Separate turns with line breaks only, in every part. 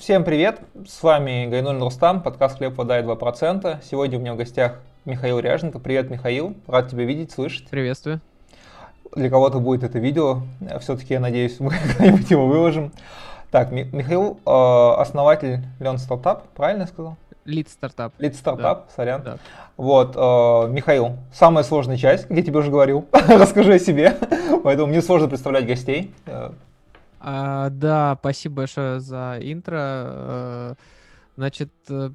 Всем привет, с вами Гайнуллин Рустам, подкаст «Хлеб, вода и 2%». Сегодня у меня в гостях Михаил Ряженко. Привет, Михаил, рад тебя видеть, слышать.
Приветствую.
Для кого-то будет это видео, все-таки, я надеюсь, мы когда-нибудь его выложим. Так, Михаил, основатель Learn Startup, правильно я сказал?
Lead стартап.
Lead
Да,
Startup, сорян.
да.
Вот, Михаил, самая сложная часть, как я тебе уже говорил, расскажи о себе, поэтому мне сложно представлять гостей.
Да, спасибо большое за интро. Значит,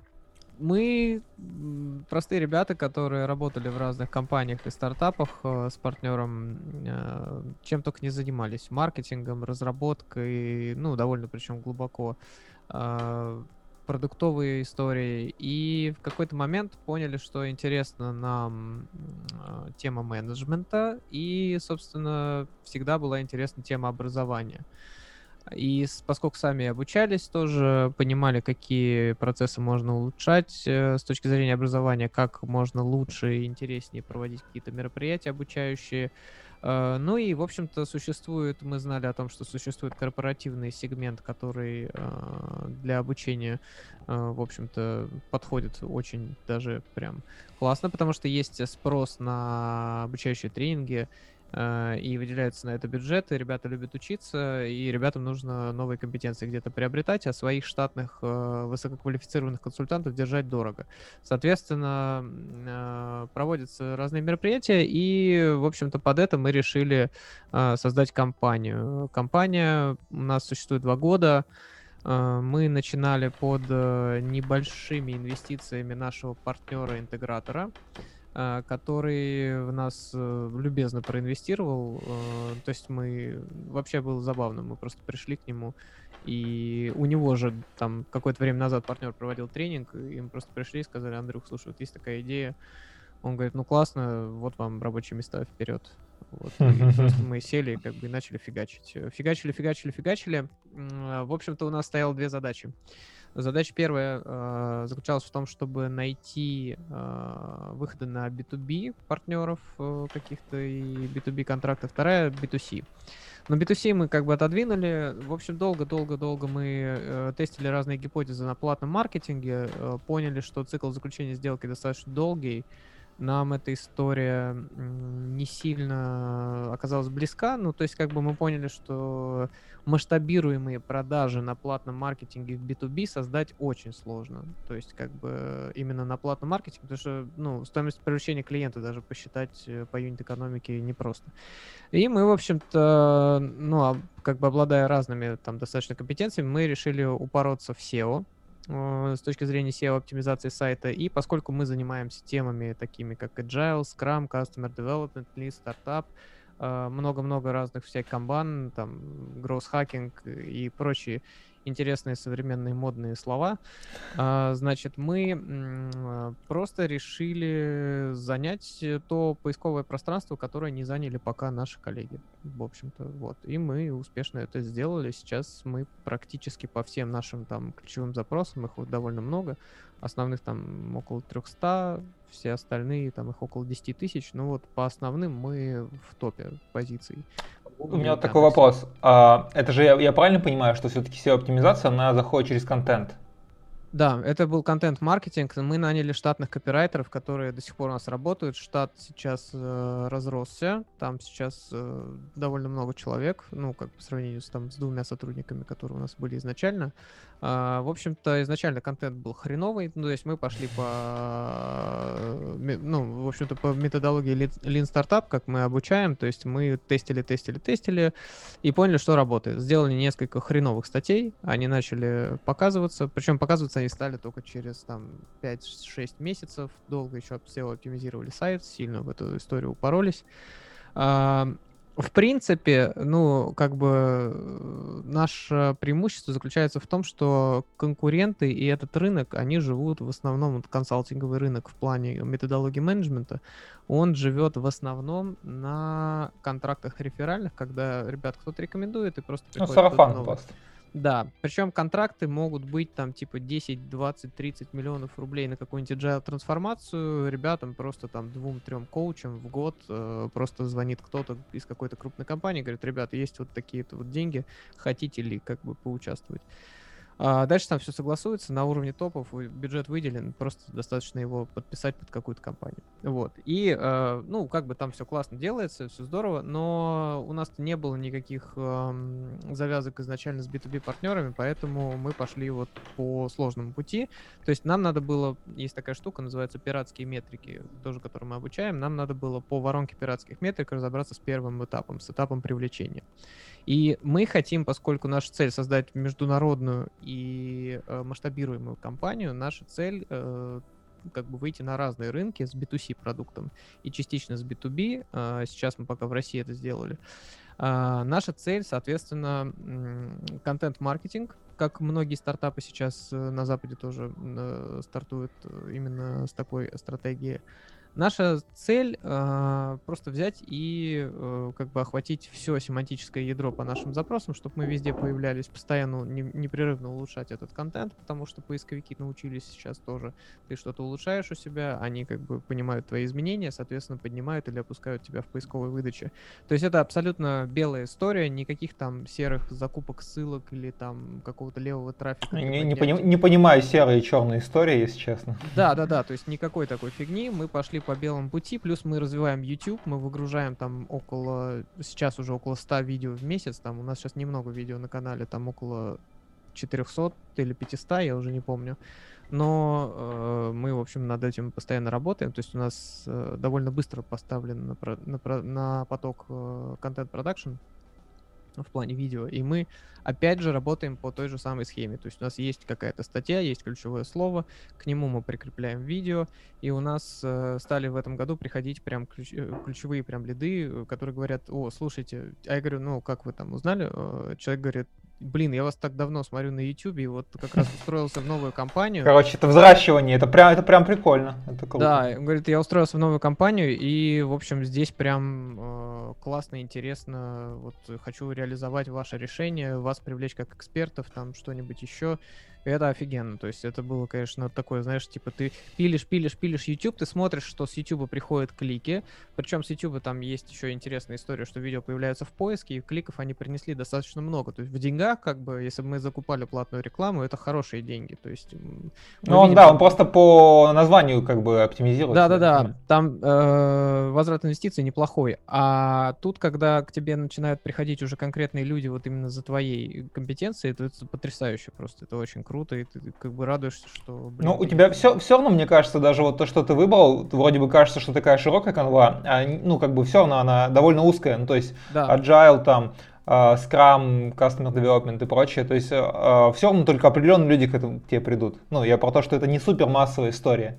мы простые ребята, которые работали в разных компаниях и стартапах с партнером, чем только не занимались. Маркетингом, разработкой, ну, довольно причем глубоко. Продуктовые истории. И в какой-то момент поняли, что интересна нам тема менеджмента. И, собственно, всегда была интересна тема образования. И поскольку сами обучались, тоже понимали, какие процессы можно улучшать с точки зрения образования, как можно лучше и интереснее проводить какие-то мероприятия обучающие. Ну и, в общем-то, мы знали о том, что существует корпоративный сегмент, который для обучения, в общем-то, подходит очень даже прям классно, потому что есть спрос на обучающие тренинги, и выделяются на это бюджеты, ребята любят учиться, и ребятам нужно новые компетенции где-то приобретать, а своих штатных высококвалифицированных консультантов держать дорого. Соответственно, проводятся разные мероприятия, и, в общем-то, под это мы решили создать компанию. Компания у нас существует 2 года. Мы начинали под небольшими инвестициями нашего партнера-интегратора, который в нас любезно проинвестировал. То есть вообще было забавно, мы просто пришли к нему, и у него же там какое-то время назад партнер проводил тренинг, и мы просто пришли и сказали: Андрюх, слушай, вот есть такая идея. Он говорит: ну классно, вот вам рабочие места, вперед. Вот. И просто мы сели как бы и начали фигачить. Фигачили. В общем-то, у нас стояло 2 задачи. Задача первая заключалась в том, чтобы найти выходы на B2B партнеров каких-то и B2B контрактов. Вторая B2C. Но B2C мы как бы отодвинули. В общем, долго мы тестили разные гипотезы на платном маркетинге, поняли, что цикл заключения сделки достаточно долгий. Нам эта история не сильно оказалась близка. Ну, то есть, как бы мы поняли, что масштабируемые продажи на платном маркетинге в B2B создать очень сложно. То есть, как бы именно на платном маркетинге, потому что, ну, стоимость привлечения клиента даже посчитать по юнит-экономике непросто. И мы, в общем-то, ну, как бы обладая разными там достаточно компетенциями, мы решили упороться в SEO с точки зрения SEO-оптимизации сайта. И поскольку мы занимаемся темами такими, как Agile, Scrum, Customer Development, Lean Startup, много-много разных всяких канбан, там, growth hacking и прочие интересные современные модные слова, значит, мы просто решили занять то поисковое пространство, которое не заняли пока наши коллеги, в общем-то, вот. И мы успешно это сделали. Сейчас мы практически по всем нашим там ключевым запросам, их вот довольно много, основных там около 300, все остальные там их около 10 тысяч, но вот по основным мы в топе позиций.
У меня
И
вот
да,
такой
мы все.
вопрос. Это же я правильно понимаю, что все-таки SEO-оптимизация, она заходит через контент?
Да, это был контент-маркетинг. Мы наняли штатных копирайтеров, которые до сих пор у нас работают. Штат сейчас разросся. Там сейчас довольно много человек, ну, как по сравнению с 2 сотрудниками, которые у нас были изначально. В общем-то, изначально контент был хреновый. Ну, то есть мы пошли ну, в общем-то, по методологии Lean Startup, как мы обучаем. То есть мы тестили и поняли, что работает. Сделали несколько хреновых статей, они начали показываться, причем показываться они стали только через там 5-6 месяцев, долго еще SEO оптимизировали сайт, сильно в эту историю упоролись. В принципе, ну, как бы наше преимущество заключается в том, что конкуренты и этот рынок, они живут в основном, вот консалтинговый рынок в плане методологии менеджмента, он живет в основном на контрактах реферальных, когда ребят кто-то рекомендует и просто
Ну,
приходит кто-то
сарафан
новый.
просто.
Да, причем контракты могут быть там типа 10, 20, 30 миллионов рублей на какую-нибудь agile трансформацию. Ребятам просто там 2-3 коучам в год просто звонит кто-то из какой-то крупной компании, говорит: ребята, есть вот такие-то вот деньги, хотите ли как бы поучаствовать? Дальше там все согласуется, на уровне топов бюджет выделен, просто достаточно его подписать под какую-то компанию. Вот. И, ну, как бы там все классно делается, все здорово, но у нас не было никаких завязок изначально с B2B партнерами, поэтому мы пошли вот по сложному пути. То есть нам надо было, есть такая штука, называется пиратские метрики, тоже, которую мы обучаем, нам надо было по воронке пиратских метрик разобраться с первым этапом, с этапом привлечения. И мы хотим, поскольку наша цель создать международную и масштабируемую компанию, наша цель как бы выйти на разные рынки с B2C продуктом и частично с B2B. Сейчас мы пока в России это сделали. Наша цель, соответственно, контент-маркетинг, как многие стартапы сейчас на Западе тоже стартуют именно с такой стратегией. Наша цель просто взять и как бы охватить все семантическое ядро по нашим запросам, чтобы мы везде появлялись, постоянно непрерывно улучшать этот контент, потому что поисковики научились сейчас тоже. Ты что-то улучшаешь у себя, они как бы понимают твои изменения, соответственно, поднимают или опускают тебя в поисковой выдаче. То есть это абсолютно белая история, никаких там серых закупок ссылок или там какого-то левого трафика.
Не понимаю серые и черные истории, если честно.
Да, то есть никакой такой фигни, мы пошли по белому пути, плюс мы развиваем YouTube, мы выгружаем там сейчас уже около 100 видео в месяц, там у нас сейчас немного видео на канале, там около 400 или 500, я уже не помню, но мы, в общем, над этим постоянно работаем, то есть у нас довольно быстро поставлен на поток контент-продакшн в плане видео, и мы опять же работаем по той же самой схеме, то есть у нас есть какая-то статья, есть ключевое слово, к нему мы прикрепляем видео, и у нас стали в этом году приходить прям ключевые прям лиды, которые говорят: о, слушайте, а я говорю, ну, как вы там узнали? Человек говорит: блин, я вас так давно смотрю на YouTube, и вот как раз устроился в новую компанию.
Короче, это взращивание, это прям прикольно. Это круто.
Да, он говорит, я устроился в новую компанию, и, в общем, здесь прям классно, интересно, вот хочу реализовать ваше решение, вас привлечь как экспертов, там что-нибудь еще. И это офигенно, то есть это было, конечно, такое, знаешь, типа ты пилишь YouTube, ты смотришь, что с YouTube приходят клики, причем с YouTube там есть еще интересная история, что видео появляются в поиске, и кликов они принесли достаточно много, то есть в деньгах, как бы, если бы мы закупали платную рекламу, это хорошие деньги, то есть...
Ну, он просто по названию как бы оптимизирует.
Да, там возврат инвестиций неплохой, а тут, когда к тебе начинают приходить уже конкретные люди вот именно за твоей компетенцией, то это потрясающе просто, это очень круто, и ты как бы радуешься, что... Блин,
ну, у тебя все равно, мне кажется, даже вот то, что ты выбрал, вроде бы кажется, что такая широкая канва, а, ну, как бы все равно она довольно узкая, ну, то есть Agile там, Scrum, Customer Development и прочее, то есть все равно только определенные люди к этому к тебе придут. Ну, я про то, что это не супер массовая история.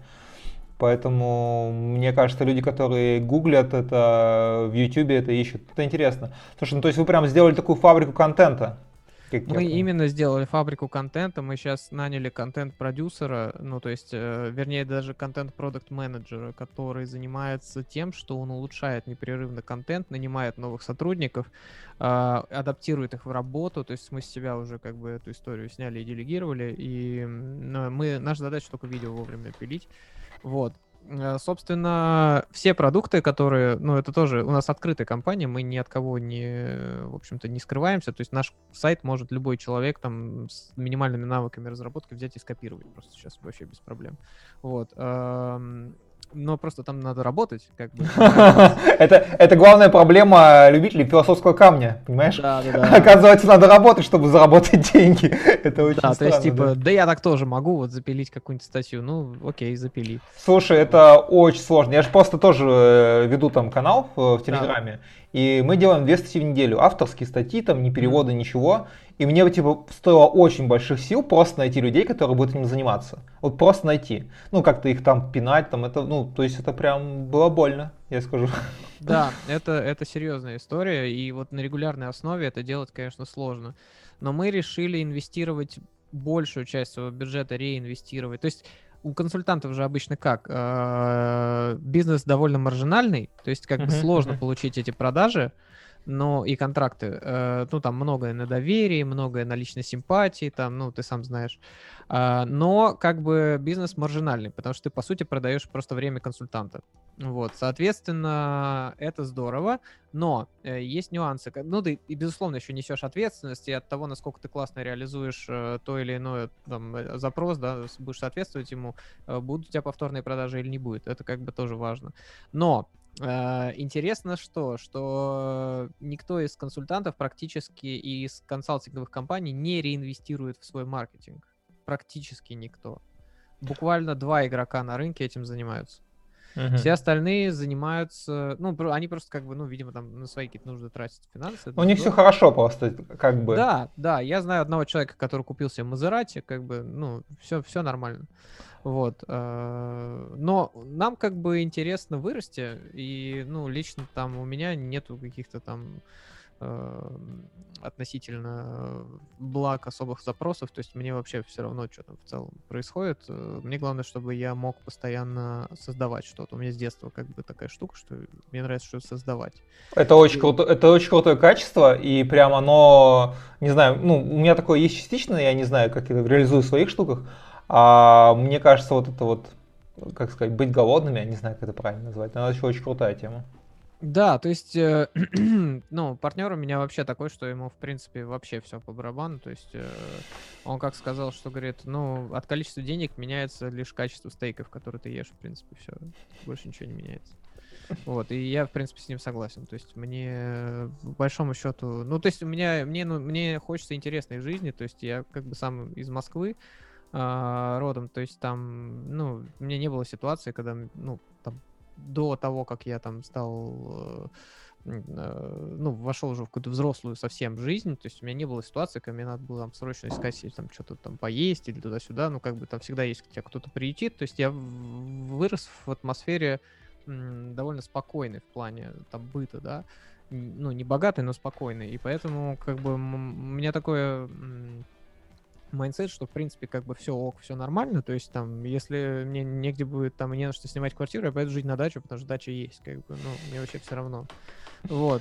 Поэтому, мне кажется, люди, которые гуглят это, в YouTube это ищут, это интересно. Слушай, ну, то есть вы прям сделали такую фабрику контента.
Мы именно сделали фабрику контента, мы сейчас наняли контент-продюсера, ну, то есть, вернее, даже контент-продукт-менеджера, который занимается тем, что он улучшает непрерывно контент, нанимает новых сотрудников, адаптирует их в работу, то есть мы с себя уже как бы эту историю сняли и делегировали, и наша задача только видео вовремя пилить, вот. Собственно, все продукты, которые, ну, это тоже у нас открытая компания, мы ни от кого не, в общем-то, не скрываемся, то есть наш сайт может любой человек там с минимальными навыками разработки взять и скопировать просто сейчас вообще без проблем. Вот. Но просто там надо работать, как бы.
Это главная проблема любителей философского камня, понимаешь?
Да.
Оказывается, надо работать, чтобы заработать деньги. Это очень странно.
Да, то есть, типа, да я так тоже могу вот запилить какую-нибудь статью. Ну, окей, запили.
Слушай, это очень сложно. Я же просто тоже веду там канал в Телеграме, и мы делаем 2 статьи в неделю. Авторские статьи, там, ни перевода, ничего. И мне, типа, стоило очень больших сил просто найти людей, которые будут этим заниматься. Вот просто найти. Ну, как-то их там пинать, там, это, ну, то есть это прям было больно, я скажу.
Да, это серьезная история, и вот на регулярной основе это делать, конечно, сложно. Но мы решили инвестировать большую часть своего бюджета, реинвестировать. То есть у консультантов же обычно как? Бизнес довольно маржинальный, то есть как бы сложно получить эти продажи, но и контракты, ну, там многое на доверии, многое на личной симпатии, там, ну, ты сам знаешь. Но как бы бизнес маржинальный, потому что ты, по сути, продаешь просто время консультанта. Вот, соответственно, это здорово, но есть нюансы. Ну, ты, и, безусловно, еще несешь ответственность, и от того, насколько ты классно реализуешь то или иное там, запрос, да, будешь соответствовать ему, будут у тебя повторные продажи или не будет. Это как бы тоже важно. Но интересно, что никто из консультантов практически и из консалтинговых компаний не реинвестирует в свой маркетинг. Практически никто. Буквально 2 игрока на рынке этим занимаются. Все остальные занимаются, ну, они просто как бы, ну, видимо, там на свои какие-то нужды тратят финансы.
У них все хорошо просто, как бы.
Да, я знаю одного человека, который купил себе Мазерати, как бы, ну, все нормально. Вот. Но нам как бы интересно вырасти, и, ну, лично там у меня нету каких-то там относительно благ особых запросов, то есть мне вообще все равно, что там в целом происходит. Мне главное, чтобы я мог постоянно создавать что-то. У меня с детства как бы такая штука, что мне нравится что-то создавать.
Это очень крутое качество, и прям оно, не знаю, ну, у меня такое есть частично, я не знаю, как я реализую в своих штуках, мне кажется, вот это вот, как сказать, быть голодными, я не знаю, как это правильно назвать, но это очень крутая тема.
Да, то есть, ну, партнер у меня вообще такой, что ему, в принципе, вообще все по барабану. То есть, он как сказал, что, говорит, ну, от количества денег меняется лишь качество стейков, которые ты ешь, в принципе, все. Больше ничего не меняется. Вот, и я, в принципе, с ним согласен. То есть, мне, по большому счету, ну, то есть, мне хочется интересной жизни. То есть, я как бы сам из Москвы родом. То есть, там, ну, у меня не было ситуации, когда, ну, там, до того, как я там стал, ну, вошел уже в какую-то взрослую совсем жизнь, то есть у меня не было ситуации, когда мне надо было там срочно искать себе там что-то там поесть или туда-сюда, ну, как бы там всегда есть тебя кто-то приютит, то есть я вырос в атмосфере довольно спокойной в плане там быта, да, ну, не богатой, но спокойной, и поэтому как бы у меня такое майндсет, что, в принципе, как бы все ок, все нормально, то есть там, если мне негде будет там и не на что снимать квартиру, я поеду жить на дачу, потому что дача есть, как бы, ну, мне вообще все равно. Вот.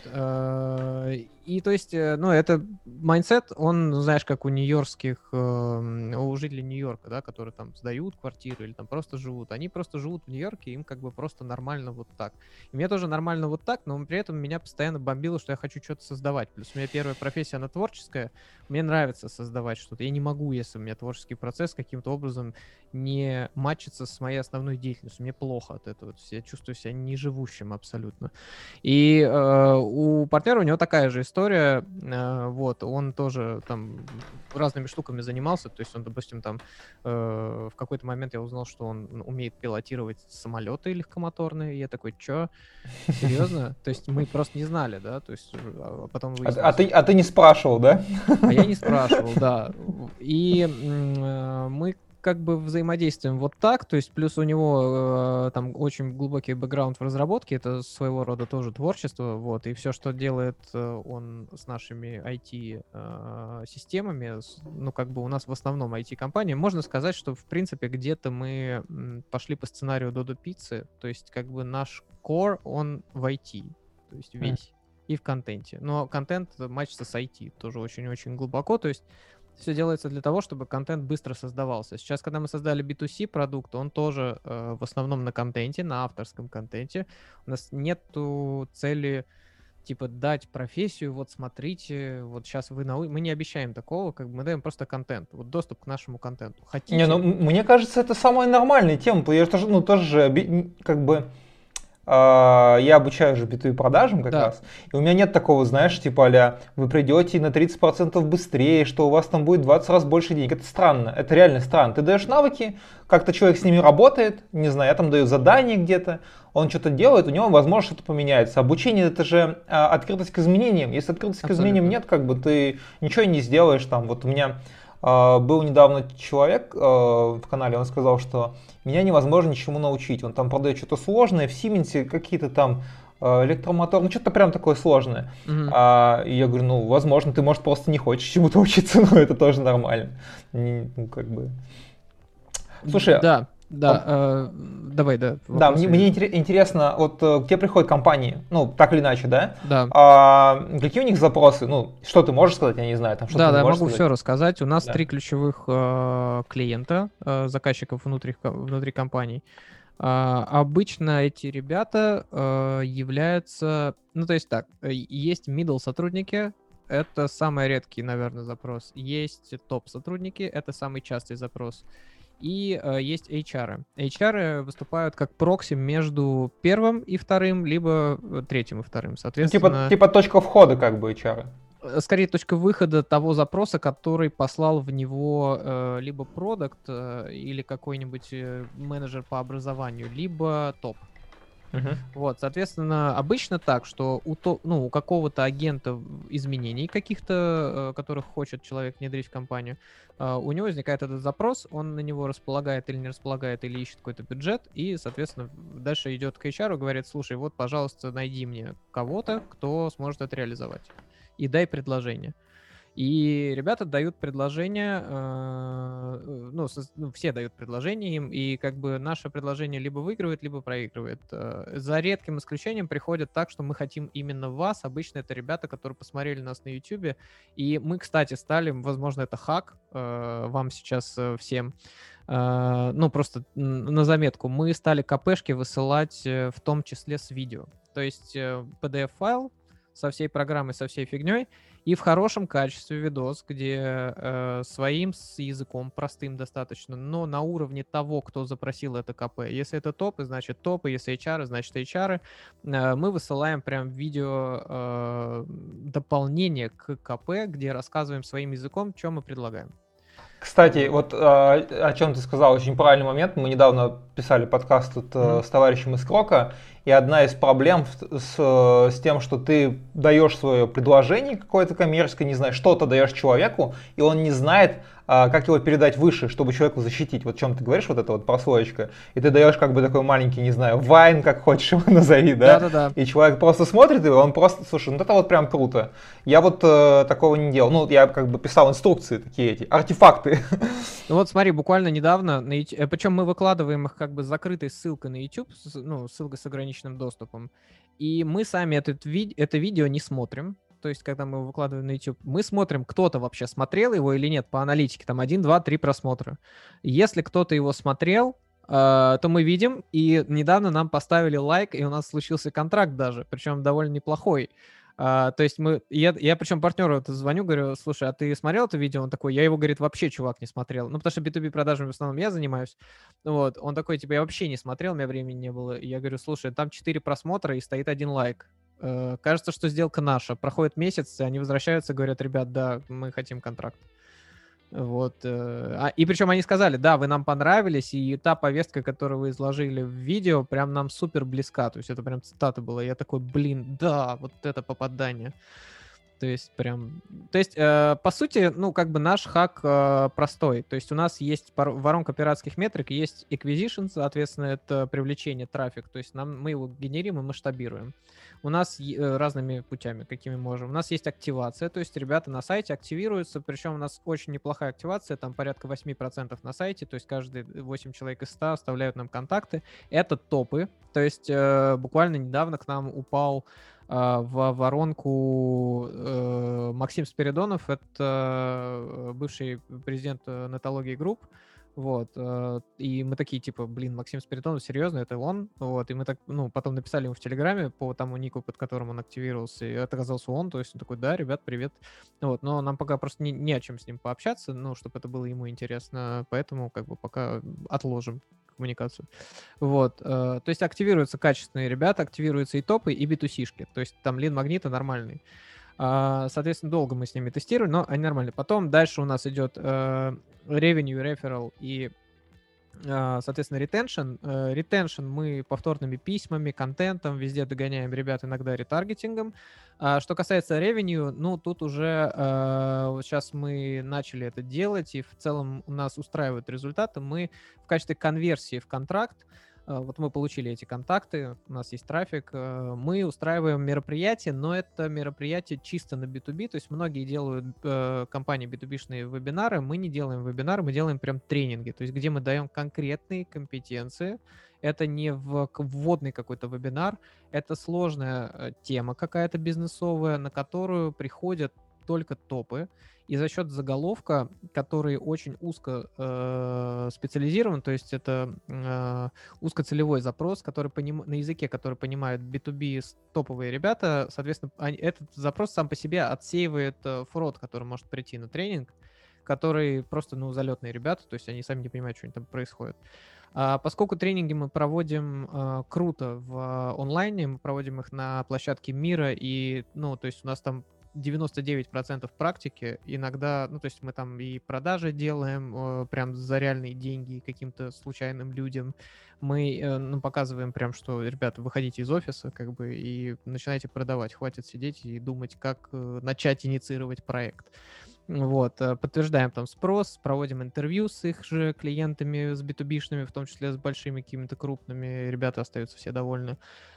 И то есть, ну, это майндсет, он, знаешь, как у нью-йоркских, у жителей Нью-Йорка, да, которые там сдают квартиры или там просто живут. Они просто живут в Нью-Йорке, им как бы просто нормально вот так. И мне тоже нормально вот так, но при этом меня постоянно бомбило, что я хочу что-то создавать. Плюс у меня первая профессия, она творческая, мне нравится создавать что-то. Я не могу, если у меня творческий процесс каким-то образом не матчится с моей основной деятельностью. Мне плохо от этого. Я чувствую себя неживущим абсолютно. И у партнера у него такая же история. Вот, он тоже там разными штуками занимался. То есть он, допустим, там в какой-то момент я узнал, что он умеет пилотировать самолеты легкомоторные. И я такой, чё? Серьезно? То есть мы просто не знали, да? То есть потом выяснилось.
Ты не спрашивал, да?
А я не спрашивал, да. И мы как бы взаимодействуем вот так, то есть плюс у него там очень глубокий бэкграунд в разработке, это своего рода тоже творчество, вот, и все, что делает он с нашими IT-системами, ну, как бы у нас в основном IT-компания, можно сказать, что, в принципе, где-то мы пошли по сценарию Додо Пиццы, то есть как бы наш core, он в IT, то есть весь. И в контенте. Но контент матчится с IT тоже очень-очень глубоко. То есть все делается для того, чтобы контент быстро создавался. Сейчас, когда мы создали B2C продукт, он тоже в основном на контенте, на авторском контенте. У нас нету цели типа дать профессию, вот смотрите, вот сейчас мы не обещаем такого, как бы мы даем просто контент, вот доступ к нашему контенту. Хотите?
Не, ну мне кажется, это самая нормальная тема. Я тоже, ну, тоже как бы я обучаю же B2B продажам как раз, и у меня нет такого, знаешь, типа а-ля вы придете на 30% быстрее, что у вас там будет 20 раз больше денег. Это странно, это реально странно. Ты даешь навыки, как-то человек с ними работает, не знаю, я там даю задание где-то, он что-то делает, у него, возможно, что-то поменяется. Обучение — это же открытость к изменениям. Если открытости к изменениям нет, как бы ты ничего и не сделаешь. Там, вот у меня был недавно человек в канале, он сказал, что меня невозможно ничему научить. Он там продает что-то сложное, в Сименсе какие-то там электромотор, ну что-то прям такое сложное. И я говорю, ну, возможно, ты, может, просто не хочешь чему-то учиться, но это тоже нормально. Ну, как бы. Слушай,
да, Давай, да.
Да, мне интересно, вот к тебе приходят компании, ну, так или иначе, да?
Да.
Какие у них запросы? Ну, что ты можешь сказать, я не знаю, там что-то
Да,
не
я
можешь
могу
сказать?
все рассказать. У нас
Да.
3 ключевых клиента, заказчиков внутри компаний. Обычно эти ребята являются... Ну, то есть так, есть middle сотрудники, это самый редкий, наверное, запрос. Есть топ-сотрудники, это самый частый запрос. И есть HR. HR выступают как прокси между первым и вторым, либо третьим и вторым.
Ну,
Соответственно,
типа точка входа, как бы, HR.
скорее точка выхода того запроса, который послал в него либо продакт или какой-нибудь менеджер по образованию, либо топ. Вот, соответственно, обычно так, что у какого-то агента изменений каких-то, которых хочет человек внедрить в компанию, у него возникает этот запрос, он на него располагает или не располагает, или ищет какой-то бюджет, и, соответственно, дальше идет к HR и говорит: слушай, вот, пожалуйста, найди мне кого-то, кто сможет это реализовать, и дай предложение. И ребята дают предложение, все дают предложение им, и как бы наше предложение либо выигрывает, либо проигрывает. За редким исключением приходит так, что мы хотим именно вас. Обычно это ребята, которые посмотрели нас на YouTube, и мы, кстати, стали, возможно, это хак вам сейчас всем, просто на заметку, мы стали КПшки высылать в том числе с видео. То есть PDF-файл со всей программой, со всей фигней, и в хорошем качестве видос, где своим с языком простым достаточно, но на уровне того, кто запросил это КП. Если это топы, значит топы, если HR, значит HR. Мы высылаем прям видео дополнение к КП, где рассказываем своим языком, что мы предлагаем.
Кстати, вот о чем ты сказал, очень правильный момент. Мы недавно писали подкаст тут с товарищем из Крока, и одна из проблем с тем, что ты даешь свое предложение какое-то коммерческое, не знаю, что-то даешь человеку, и он не знает, как его передать выше, чтобы человеку защитить. Вот о чем ты говоришь, вот эта вот прослоечка, и ты даешь как бы такой маленький, не знаю, вайн, как хочешь его назови, да?
Да-да-да.
И человек просто смотрит его, он просто, слушай, ну это вот прям круто. Я вот такого не делал. Ну, я как бы писал инструкции такие эти, артефакты.
Ну вот смотри, буквально недавно, причем мы выкладываем их как бы с закрытой ссылкой на YouTube, ссылкой с ограниченным доступом, и мы сами это видео не смотрим. То есть, когда мы его выкладываем на YouTube, мы смотрим, кто-то вообще смотрел его или нет по аналитике, там 1, 2, 3 просмотра. Если кто-то его смотрел, то мы видим, и недавно нам поставили лайк, и у нас случился контракт даже, причем довольно неплохой. То есть я причем партнеру это звоню, говорю: слушай, а ты смотрел это видео? Он такой: я его, говорит, вообще, чувак, не смотрел. Ну, потому что B2B продажами в основном я занимаюсь. Вот, он такой, типа, я вообще не смотрел, у меня времени не было. И я говорю: слушай, там 4 просмотра и стоит 1 лайк. Кажется, что сделка наша. Проходит месяц, они возвращаются, говорят: ребят, да, мы хотим контракт. Вот. И причем они сказали: да, вы нам понравились, и та повестка, которую вы изложили в видео, прям нам супер близка. То есть это прям цитата была. Я такой: блин, да, вот это попадание. То есть прям... То есть, по сути, как бы наш хак простой. То есть у нас есть воронка пиратских метрик, есть acquisition, соответственно, это привлечение, трафик. То есть мы его генерим и масштабируем. У нас разными путями, какими можем. У нас есть активация, то есть ребята на сайте активируются, причем у нас очень неплохая активация, там порядка 8% на сайте, то есть каждые 8 человек из 100 оставляют нам контакты. Это топы, то есть буквально недавно к нам упал в воронку Максим Спиридонов, это бывший президент Нетологии Групп, вот, и мы такие, типа, блин, Максим Спиридонов, серьезно, это он? Вот, и мы так, потом написали ему в Телеграме по тому нику, под которым он активировался, и это оказался он, то есть он такой: да, ребят, привет. Вот, но нам пока просто не о чем с ним пообщаться, чтобы это было ему интересно, поэтому, как бы, пока отложим коммуникацию. Вот, то есть активируются качественные ребята, активируются и топы, и B2C-шки, то есть там лид-магниты нормальный. Соответственно, долго мы с ними тестируем, но они нормальные. Потом дальше у нас идет revenue, referral и, соответственно, retention. Retention мы повторными письмами, контентом везде догоняем ребят, иногда ретаргетингом. Что касается revenue, тут уже сейчас мы начали это делать, и в целом у нас устраивают результаты. Мы в качестве конверсии в контракт, вот мы получили эти контакты, у нас есть трафик, мы устраиваем мероприятия, но это мероприятие чисто на B2B, то есть многие делают компании B2B-шные вебинары, мы не делаем вебинары, мы делаем прям тренинги, то есть где мы даем конкретные компетенции это не вводный какой-то вебинар, это сложная тема какая-то бизнесовая, на которую приходят только топы, и за счет заголовка, который очень узко специализирован, то есть это узкоцелевой запрос, который на языке, который понимают B2B топовые ребята, соответственно, этот запрос сам по себе отсеивает фрод, который может прийти на тренинг, который просто, залетные ребята, то есть они сами не понимают, что там происходит. Поскольку тренинги мы проводим круто в онлайне, мы проводим их на площадке Мира, и, то есть у нас там 99% практики, иногда, то есть мы там и продажи делаем прям за реальные деньги каким-то случайным людям, мы показываем прям, что, ребята, выходите из офиса, как бы, и начинайте продавать, хватит сидеть и думать, как начать инициировать проект. Вот, подтверждаем там спрос, проводим интервью с их же клиентами, с B2B-шными, в том числе с большими какими-то крупными, ребята остаются все довольны.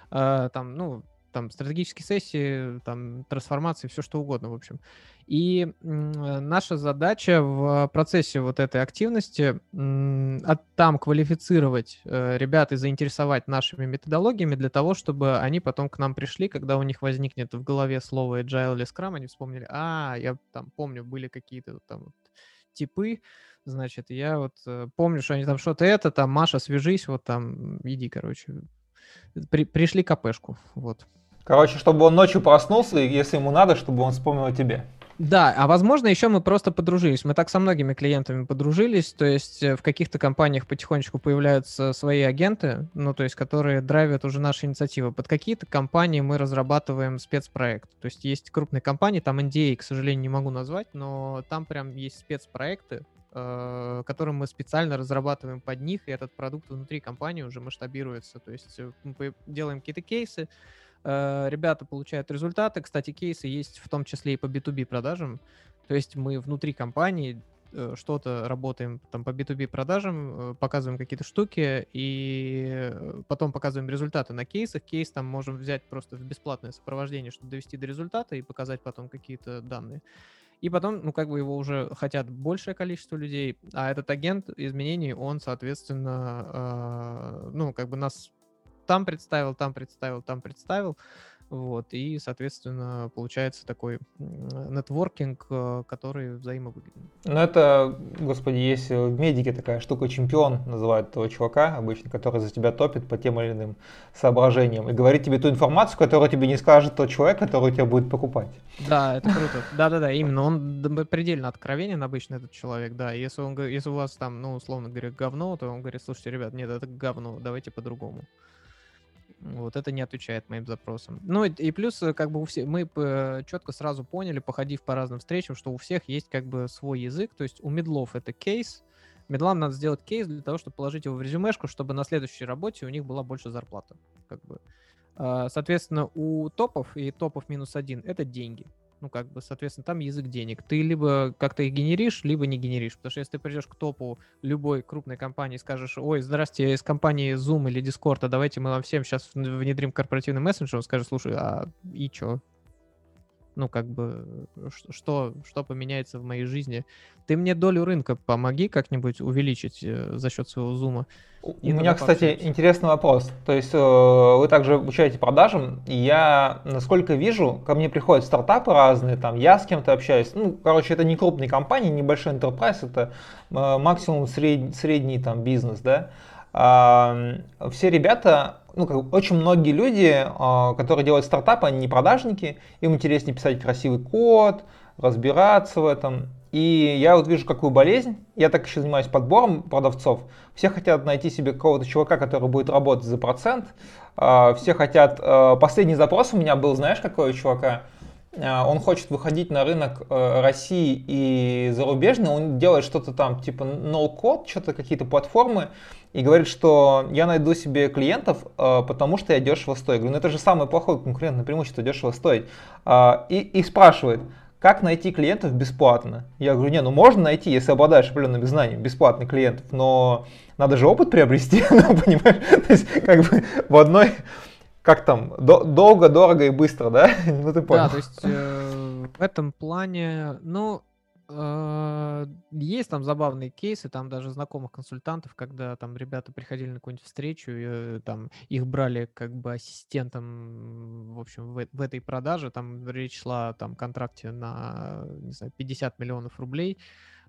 Там стратегические сессии, там трансформации, все что угодно, в общем. И наша задача в процессе вот этой активности там квалифицировать ребят и заинтересовать нашими методологиями для того, чтобы они потом к нам пришли, когда у них возникнет в голове слово Agile или Scrum, они вспомнили, я там помню, были какие-то там вот типы, значит, я вот помню, что они там что-то там, Маша, свяжись, вот там, иди, короче, пришли КПшку, вот.
Короче, чтобы он ночью проснулся, и если ему надо, чтобы он вспомнил о тебе.
Да, а возможно, еще мы просто подружились. Мы так со многими клиентами подружились, то есть в каких-то компаниях потихонечку появляются свои агенты, то есть которые драйвят уже наши инициативы. Под какие-то компании мы разрабатываем спецпроект. То есть есть крупные компании, там NDA, к сожалению, не могу назвать, но там прям есть спецпроекты, которые мы специально разрабатываем под них, и этот продукт внутри компании уже масштабируется. То есть мы делаем какие-то кейсы, ребята получают результаты. Кстати, кейсы есть в том числе и по B2B продажам. То есть мы внутри компании что-то работаем там по B2B продажам, показываем какие-то штуки и потом показываем результаты на кейсах. Кейс там можем взять просто в бесплатное сопровождение, чтобы довести до результата и показать потом какие-то данные. И потом, его уже хотят большее количество людей, а этот агент изменений, он, соответственно, нас там представил, вот, и, соответственно, получается такой нетворкинг, который взаимовыгоден.
Это, господи, есть в медике такая штука, чемпион называют этого чувака обычно, который за тебя топит по тем или иным соображениям и говорит тебе ту информацию, которую тебе не скажет тот человек, который у тебя будет покупать.
Да, это круто. Да, именно. Он предельно откровенен обычно, этот человек, да. Если у вас там, условно говоря, говно, то он говорит, слушайте, ребят, нет, это говно, давайте по-другому. Вот это не отвечает моим запросам. И плюс, у всех, мы четко сразу поняли, походив по разным встречам, что у всех есть свой язык. То есть у медлов это кейс. Медлам надо сделать кейс для того, чтобы положить его в резюмешку, чтобы на следующей работе у них была больше зарплата. Соответственно, у топов и топов -1 это деньги. Соответственно, там язык денег. Ты либо как-то их генеришь, либо не генеришь. Потому что если ты придешь к топу любой крупной компании и скажешь, ой, здрасте, я из компании Zoom или Discord, а давайте мы вам всем сейчас внедрим корпоративный мессенджер, он скажет, слушай, и чё? Что поменяется в моей жизни? Ты мне долю рынка помоги как-нибудь увеличить за счет своего зума.
У меня, кстати, интересный вопрос. То есть вы также обучаете продажам, и я, насколько вижу, ко мне приходят стартапы разные, там я с кем-то общаюсь. Это не крупные компании, небольшой enterprise, это максимум средний там бизнес, да. Все ребята, очень многие люди, которые делают стартапы, они не продажники, им интереснее писать красивый код, разбираться в этом. И я вижу какую болезнь, я так еще занимаюсь подбором продавцов, все хотят найти себе какого-то чувака, который будет работать за процент, все хотят, последний запрос у меня был, знаешь, какой у чувака? Он хочет выходить на рынок России и зарубежный, он делает что-то там типа no-code, что-то какие-то платформы, и говорит, что я найду себе клиентов, потому что я дешево стою. Я говорю, это же самое плохое конкурентное преимущество, дешево стоить. И спрашивает, как найти клиентов бесплатно? Я говорю, можно найти, если обладаешь определенными знаниями, бесплатных клиентов, но надо же опыт приобрести, понимаешь? То есть в одной... Как там? Долго, дорого и быстро, да? Ты понял.
Да, то есть в этом плане, Есть там забавные кейсы, там даже знакомых консультантов, когда там ребята приходили на какую-нибудь встречу, и там их брали как бы ассистентом, в общем, в этой продаже, там речь шла о там контракте на, не знаю, 50 миллионов рублей,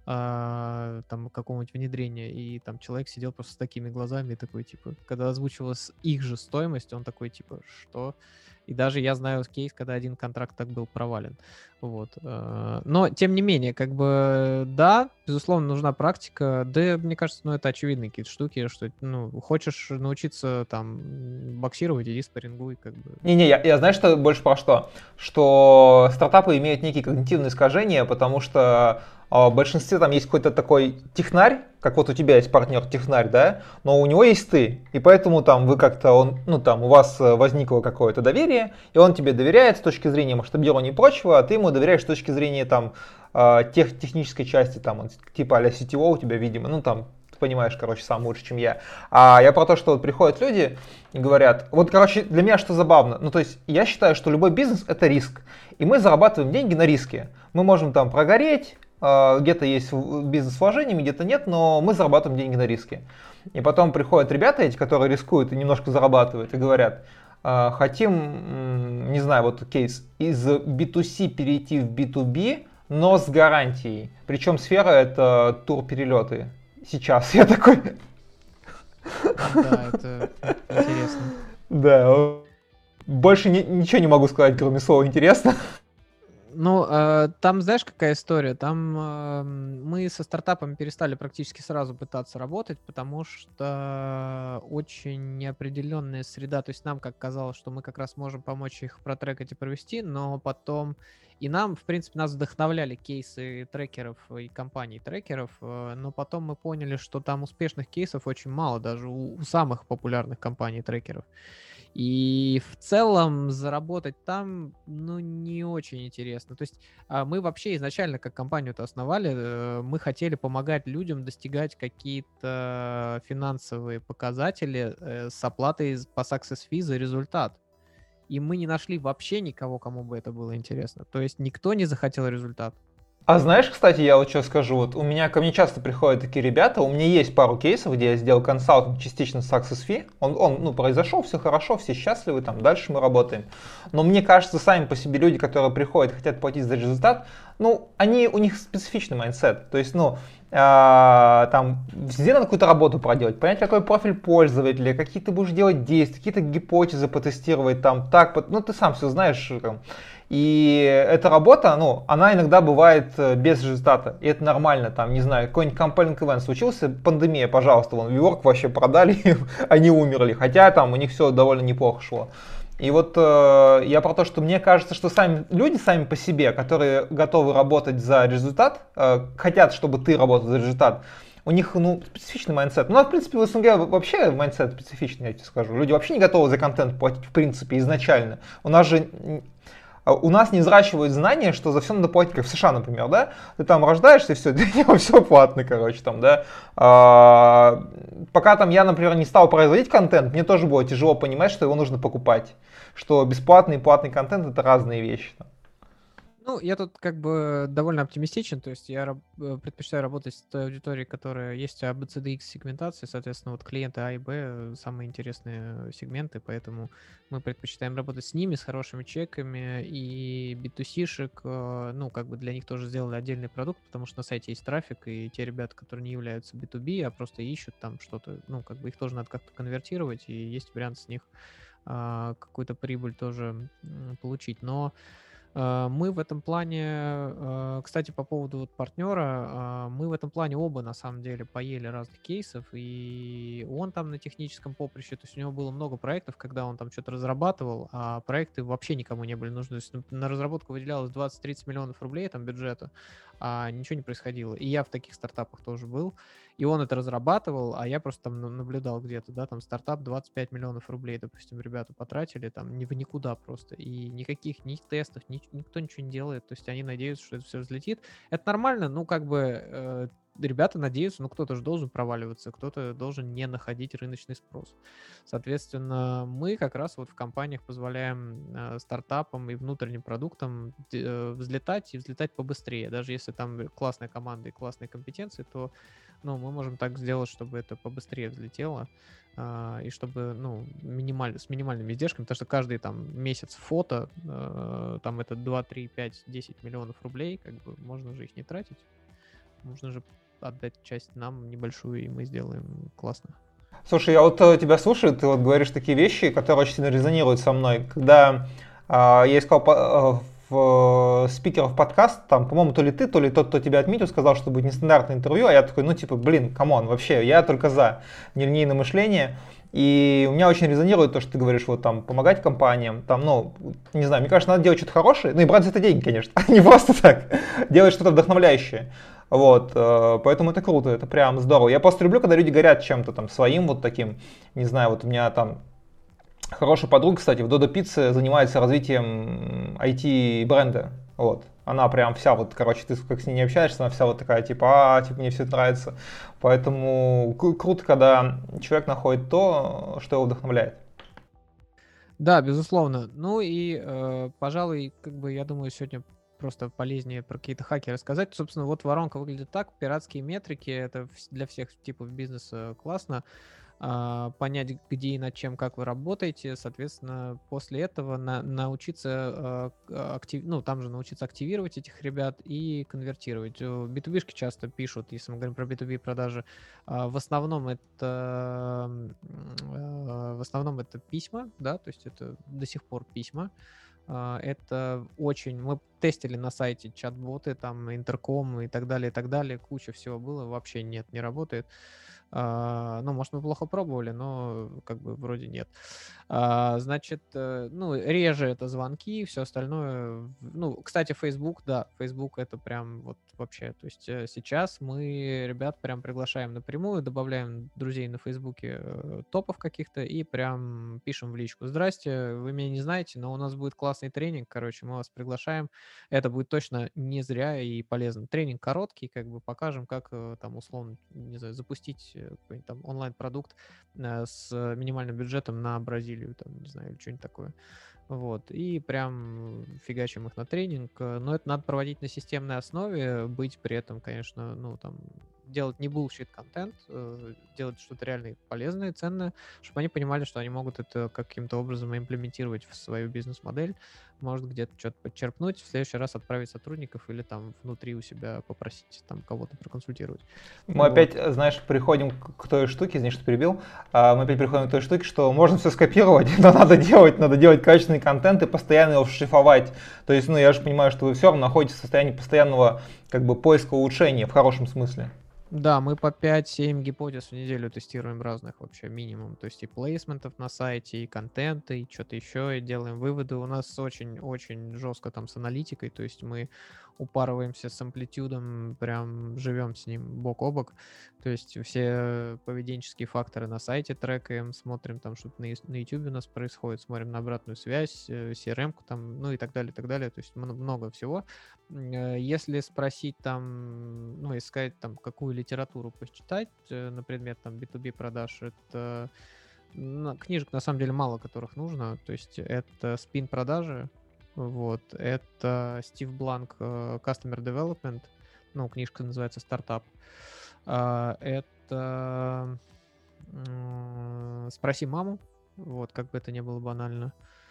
там какого-нибудь внедрения, и там человек сидел просто с такими глазами, и такой, типа, когда озвучивалась их же стоимость, он такой, типа, что? И даже я знаю кейс, когда один контракт так был провален. Вот. Но, тем не менее, как бы, да, безусловно, нужна практика. Да, мне кажется, ну, это очевидные какие-то штуки, что, ну, хочешь научиться там боксировать, иди спаррингуй, как бы.
Не-не, я знаю, что больше про что? Что стартапы имеют некие когнитивные искажения, потому что в большинстве там есть какой-то такой технарь, как вот у тебя есть партнер технарь, да, но у него есть ты, и поэтому там вы как-то, ну там у вас возникло какое-то доверие, и он тебе доверяет с точки зрения масштабирования и прочего, а ты ему доверяешь с точки зрения там технической части, там он, типа а-ля CTO у тебя, видимо, ну там ты понимаешь, короче, сам лучше, чем я. А я про то, что вот приходят люди и говорят, вот, короче, для меня что забавно, ну, то есть я считаю, что любой бизнес – это риск, и мы зарабатываем деньги на риске. Мы можем там прогореть, где-то есть бизнес с вложениями, где-то нет, но мы зарабатываем деньги на риске. И потом приходят ребята эти, которые рискуют и немножко зарабатывают, и говорят, хотим, не знаю, вот кейс, из B2C перейти в B2B, но с гарантией. Причем сфера это турперелеты. Сейчас я такой...
Да, это интересно.
Да, больше ничего не могу сказать, кроме слова интересно.
Ну, там знаешь, какая история? Там мы со стартапами перестали практически сразу пытаться работать, потому что очень неопределенная среда. То есть нам как казалось, что мы как раз можем помочь их протрекать и провести, но потом и нам, в принципе, нас вдохновляли кейсы трекеров и компаний трекеров, но потом мы поняли, что там успешных кейсов очень мало, даже у самых популярных компаний трекеров. И в целом заработать там, ну, не очень интересно. То есть мы вообще изначально, как компанию-то основали, мы хотели помогать людям достигать какие-то финансовые показатели с оплатой по success fee за результат. И мы не нашли вообще никого, кому бы это было интересно. То есть никто не захотел результат.
А знаешь, кстати, я вот что скажу, вот ко мне часто приходят такие ребята, у меня есть пару кейсов, где я сделал консалтинг частично с Success Fee, он произошел, все хорошо, все счастливы, там дальше мы работаем. Но мне кажется, сами по себе люди, которые приходят, хотят платить за результат, ну, у них специфичный майндсет, то есть, там, где надо какую-то работу проделать, понять, какой профиль пользователя, какие ты будешь делать действия, какие-то гипотезы потестировать, там, так, ну, ты сам все знаешь, там. И эта работа, ну, она иногда бывает без результата, и это нормально, там, не знаю, какой-нибудь compelling event случился, пандемия, пожалуйста, вон, WeWork вообще продали, они умерли, хотя там у них все довольно неплохо шло. И вот я про то, что мне кажется, что люди сами по себе, которые готовы работать за результат, хотят, чтобы ты работал за результат, у них, ну, специфичный майндсет. Ну, в принципе, в СНГ вообще майндсет специфичный, я тебе скажу. Люди вообще не готовы за контент платить, в принципе, изначально. У нас не взращивают знания, что за все надо платить, как в США, например, да? Ты там рождаешься, и все, для него все платно, короче, там, да? Пока там я, например, не стал производить контент, мне тоже было тяжело понимать, что его нужно покупать. Что бесплатный и платный контент — это разные вещи.
Ну, я тут как бы довольно оптимистичен, то есть я предпочитаю работать с той аудиторией, которая есть ABCDX сегментации, соответственно, вот клиенты А и Б самые интересные сегменты, поэтому мы предпочитаем работать с ними, с хорошими чеками, и B2C-шек, ну, как бы для них тоже сделали отдельный продукт, потому что на сайте есть трафик, и те ребята, которые не являются B2B, а просто ищут там что-то, ну, как бы их тоже надо как-то конвертировать, и есть вариант с них какую-то прибыль тоже получить, но мы в этом плане, кстати, по поводу вот партнера, мы в этом плане оба на самом деле поели разных кейсов, и он там на техническом поприще, то есть у него было много проектов, когда он там что-то разрабатывал, а проекты вообще никому не были нужны. То есть на разработку выделялось 20-30 миллионов рублей там бюджета, а ничего не происходило. И я в таких стартапах тоже был. И он это разрабатывал, а я просто там наблюдал где-то, да, там стартап 25 миллионов рублей, допустим, ребята потратили там в никуда просто, и никаких ни тестов, никто ничего не делает, то есть они надеются, что это все взлетит. Это нормально, ну, как бы ребята надеются, ну, кто-то же должен проваливаться, кто-то должен не находить рыночный спрос. Соответственно, мы как раз вот в компаниях позволяем стартапам и внутренним продуктам взлетать и взлетать побыстрее. Даже если там классная команда и классные компетенции, то, ну, мы можем так сделать, чтобы это побыстрее взлетело, и чтобы, ну, с минимальными издержками, потому что каждый там месяц фото, там это 2, 3, 5, 10 миллионов рублей, как бы можно же их не тратить. Нужно же отдать часть нам небольшую, и мы сделаем классно.
Слушай, я вот тебя слушаю, ты вот говоришь такие вещи, которые очень сильно резонируют со мной. Когда я искал спикеров подкаст, там, по-моему, то ли ты, то ли тот, кто тебя отметил, сказал, что будет нестандартное интервью, а я такой, ну, типа, блин, камон, вообще, я только за нелинейное мышление. И у меня очень резонирует то, что ты говоришь, вот там, помогать компаниям, там, ну, не знаю, мне кажется, надо делать что-то хорошее, ну и брать за это деньги, конечно, не просто так, делать что-то вдохновляющее. Вот, поэтому это круто, это прям здорово. Я просто люблю, когда люди горят чем-то там своим вот таким, не знаю, вот у меня там хорошая подруга, кстати, в Dodo Pizza занимается развитием IT-бренда. Вот. Она прям вся вот, короче, ты как с ней не общаешься, она вся вот такая, типа, типа, мне все это нравится. Поэтому круто, когда человек находит то, что его вдохновляет.
Да, безусловно. Ну и, пожалуй, как бы, я думаю, сегодня просто полезнее про какие-то хаки рассказать. Собственно, вот воронка выглядит так. Пиратские метрики — это для всех типов бизнеса классно. Понять, где и над чем, как вы работаете, соответственно, после этого научиться, ну, там же научиться активировать этих ребят и конвертировать. B2B-шки часто пишут, если мы говорим про B2B продажи, в основном это письма, да, то есть это до сих пор письма. Это очень... Мы тестили на сайте чат-боты, там, интерком и так далее, куча всего было, вообще нет, не работает. Ну, может, мы плохо пробовали, но как бы вроде нет. Значит, ну, реже это звонки, все остальное. Ну, кстати, Facebook, да, Facebook это прям вот вообще. То есть сейчас мы ребят прям приглашаем напрямую, добавляем друзей на Фейсбуке, топов каких-то и прям пишем в личку: здрасте, вы меня не знаете, но у нас будет классный тренинг, короче, мы вас приглашаем. Это будет точно не зря и полезно. Тренинг короткий, как бы покажем, как там условно, не знаю, запустить какой-нибудь там онлайн-продукт с минимальным бюджетом на Бразилию, там, не знаю, или что-нибудь такое. Вот, и прям фигачим их на тренинг. Но это надо проводить на системной основе, быть при этом, конечно, ну, там, делать не bullshit контент, делать что-то реально полезное, ценное, чтобы они понимали, что они могут это каким-то образом имплементировать в свою бизнес-модель, может где-то что-то подчерпнуть, в следующий раз отправить сотрудников или там внутри у себя попросить там кого-то проконсультировать.
Мы опять, знаешь, приходим к той штуке, извини, что перебил, мы опять приходим к той штуке, что можно все скопировать, но надо делать качественный контент и постоянно его шлифовать. То есть, ну, я же понимаю, что вы все равно находитесь в состоянии постоянного, как бы, поиска улучшения в хорошем смысле.
Да, мы по 5-7 гипотез в неделю тестируем разных вообще минимум. То есть и плейсментов на сайте, и контента, и что-то еще, и делаем выводы. У нас очень-очень жестко там с аналитикой, то есть мы упарываемся с амплитюдом, прям живем с ним бок о бок. То есть все поведенческие факторы на сайте трекаем, смотрим там, что на YouTube у нас происходит, смотрим на обратную связь, CRM-ку там, ну и так далее, и так далее. То есть много всего. Если спросить там, ну, искать там, какую литературу почитать на предмет там B2B продаж, это книжек на самом деле мало, которых нужно. То есть это Spin продажи, вот, это Стив Бланк Customer Development, ну, книжка называется «Стартап». Это «Спроси маму», вот, как бы это ни было банально.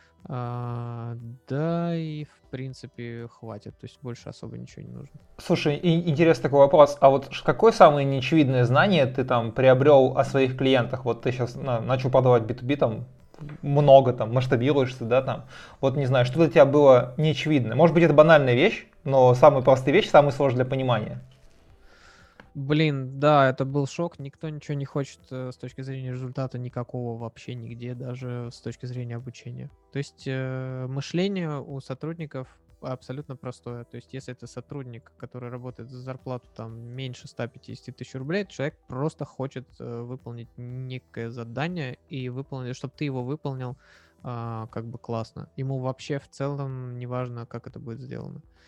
Да, и в принципе хватит, то есть больше особо ничего не нужно.
Слушай, интересный такой вопрос. А вот какое самое неочевидное знание ты там приобрел о своих клиентах? Вот ты сейчас начал продавать B2B, там много там масштабируешься, да, там. Вот не знаю, что для тебя было неочевидное? Может быть, это банальная вещь, но самые простые вещи самые сложные для понимания.
Блин, да, это был шок. Никто ничего не хочет с точки зрения результата никакого вообще нигде, даже с точки зрения обучения. То есть мышление у сотрудников абсолютно простое. То есть если это сотрудник, который работает за зарплату там меньше 150 тысяч рублей, человек просто хочет выполнить некое задание и выполнить, чтобы ты его выполнил как бы классно. Ему вообще в целом не важно, как это будет сделано.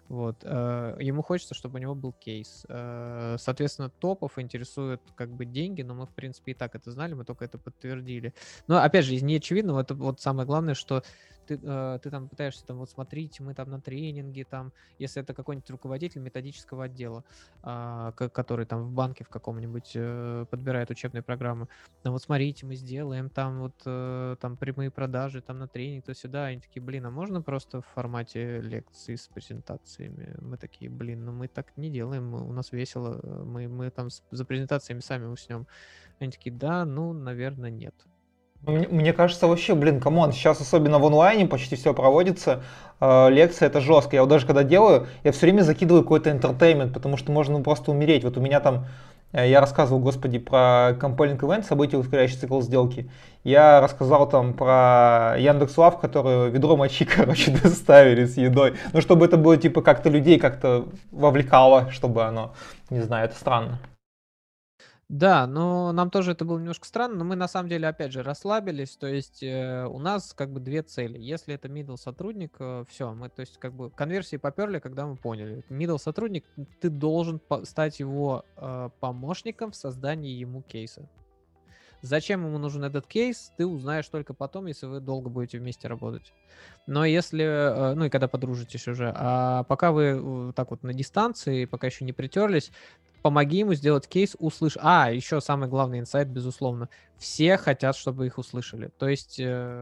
Вот. Ему хочется, чтобы у него был кейс. Соответственно, топов интересуют как бы деньги, но мы, в принципе, и так это знали, мы только это подтвердили. Но, опять же, из неочевидного, это вот самое главное, что ты там пытаешься, там, вот смотрите, мы там на тренинге, там, если это какой-нибудь руководитель методического отдела, который там в банке в каком-нибудь подбирает учебные программы, ну вот смотрите, мы сделаем там вот там прямые продажи, там на тренинг, то сюда. Они такие, блин, а можно просто в формате лекции с презентациями? Мы такие, блин, ну мы так не делаем, у нас весело, мы там за презентациями сами уснем. Они такие, да, ну, наверное, нет.
Мне кажется, вообще, блин, камон, сейчас особенно в онлайне почти все проводится, лекции это жестко. Я вот даже когда делаю, я все время закидываю какой-то entertainment, потому что можно просто умереть. Вот у меня там, я рассказывал, господи, про compelling event, события, ускоряющий цикл сделки. Я рассказал там про Яндекс.Лав, которые ведро мочи, короче, доставили с едой. Ну, чтобы это было, типа, как-то людей как-то вовлекало, чтобы оно, не знаю, это странно.
Да, но нам тоже это было немножко странно, но мы на самом деле, опять же, расслабились, то есть у нас как бы две цели. Если это middle сотрудник, все, мы, то есть как бы конверсии поперли, когда мы поняли. Middle сотрудник, ты должен стать его помощником в создании ему кейса. Зачем ему нужен этот кейс, ты узнаешь только потом, если вы долго будете вместе работать. Но если, ну и когда подружитесь уже, а пока вы так вот на дистанции, пока еще не притерлись, помоги ему сделать кейс, услышь. Еще самый главный инсайт, безусловно. Все хотят, чтобы их услышали. То есть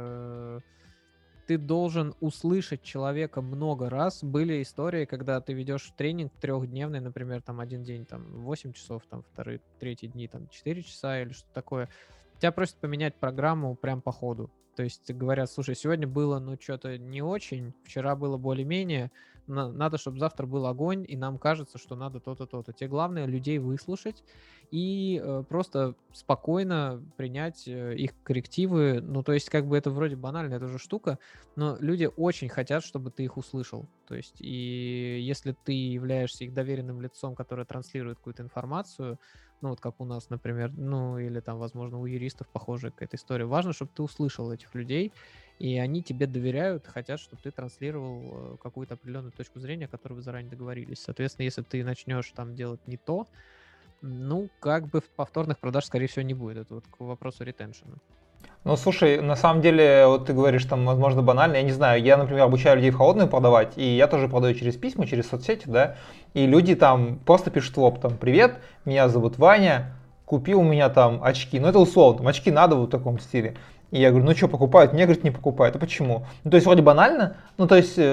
ты должен услышать человека много раз. Были истории, когда ты ведешь тренинг трехдневный, например, там один день там 8 часов, там третий дни там 4 часа или что такое. Тебя просят поменять программу прям по ходу. То есть говорят, слушай, сегодня было, ну, что-то не очень, вчера было более-менее, надо, чтобы завтра был огонь, и нам кажется, что надо то-то, то-то. Тебе главное людей выслушать и просто спокойно принять их коррективы. Ну, то есть, как бы это вроде банальная тоже штука, но люди очень хотят, чтобы ты их услышал. То есть, и если ты являешься их доверенным лицом, которое транслирует какую-то информацию, ну, вот как у нас, например, ну, или там, возможно, у юристов похожая какая-то история. Важно, чтобы ты услышал этих людей, и они тебе доверяют, хотят, чтобы ты транслировал какую-то определенную точку зрения, о которой вы заранее договорились. Соответственно, если ты начнешь там делать не то, ну, как бы повторных продаж, скорее всего, не будет. Это вот к вопросу ретеншена.
Ну, слушай, на самом деле, вот ты говоришь, там, возможно, банально, я не знаю, я, например, обучаю людей в холодную продавать, и я тоже продаю через письма, через соцсети, да, и люди там просто пишут в лоб, там, привет, меня зовут Ваня, купи у меня там очки, ну, это условно, там, очки надо вот в таком стиле. И я говорю, ну, что, покупают? Мне, говорит, не покупают, а почему? Ну, то есть, вроде банально, ну, то есть,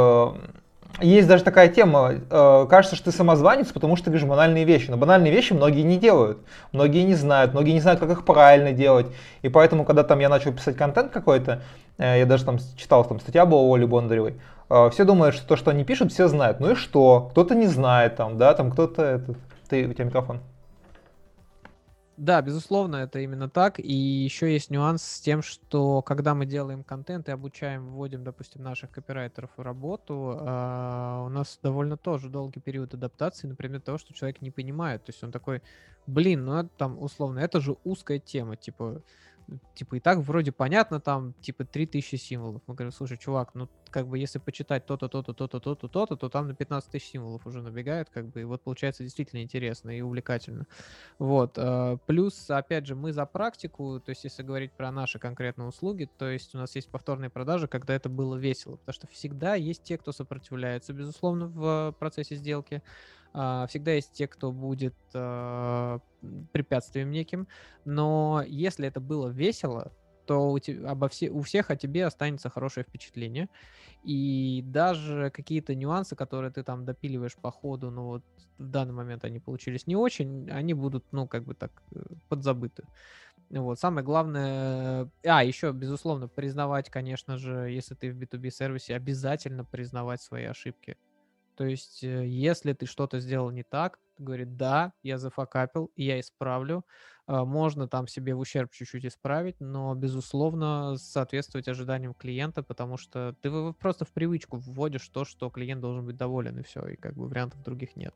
есть даже такая тема, кажется, что ты самозванец, потому что вижу банальные вещи. Но банальные вещи многие не делают, многие не знают, как их правильно делать. И поэтому, когда там я начал писать контент какой-то, я даже там читал, там статья была у Оли Бондаревой, все думают, что то, что они пишут, все знают. Ну и что? Кто-то не знает, там, да, там кто-то этот. У тебя микрофон.
Да, безусловно, это именно так. И еще есть нюанс с тем, что когда мы делаем контент и обучаем, вводим, допустим, наших копирайтеров в работу, у нас довольно тоже долгий период адаптации, например, того, что человек не понимает. То есть он такой, блин, ну это там условно, это же узкая тема, типа и так вроде понятно, там, типа, 3000 символов. Мы говорим, слушай, чувак, ну, как бы, если почитать то-то, то-то, то-то, то-то, то-то, то там на 15 тысяч символов уже набегает, как бы, и вот получается действительно интересно и увлекательно. Вот. Плюс, опять же, мы за практику, то есть, если говорить про наши конкретные услуги, то есть, у нас есть повторные продажи, когда это было весело, потому что всегда есть те, кто сопротивляется, безусловно, в процессе сделки, всегда есть те, кто будет препятствием неким, но если это было весело, то у всех о тебе останется хорошее впечатление. И даже какие-то нюансы, которые ты там допиливаешь по ходу, ну вот в данный момент они получились не очень, они будут, ну, как бы так, подзабыты. Вот, самое главное... еще, безусловно, признавать, конечно же, если ты в B2B сервисе, обязательно признавать свои ошибки. То есть, если ты что-то сделал не так, ты говоришь, да, я зафакапил, и я исправлю. Можно там себе в ущерб чуть-чуть исправить, но, безусловно, соответствовать ожиданиям клиента, потому что ты просто в привычку вводишь то, что клиент должен быть доволен, и все, и как бы вариантов других нет.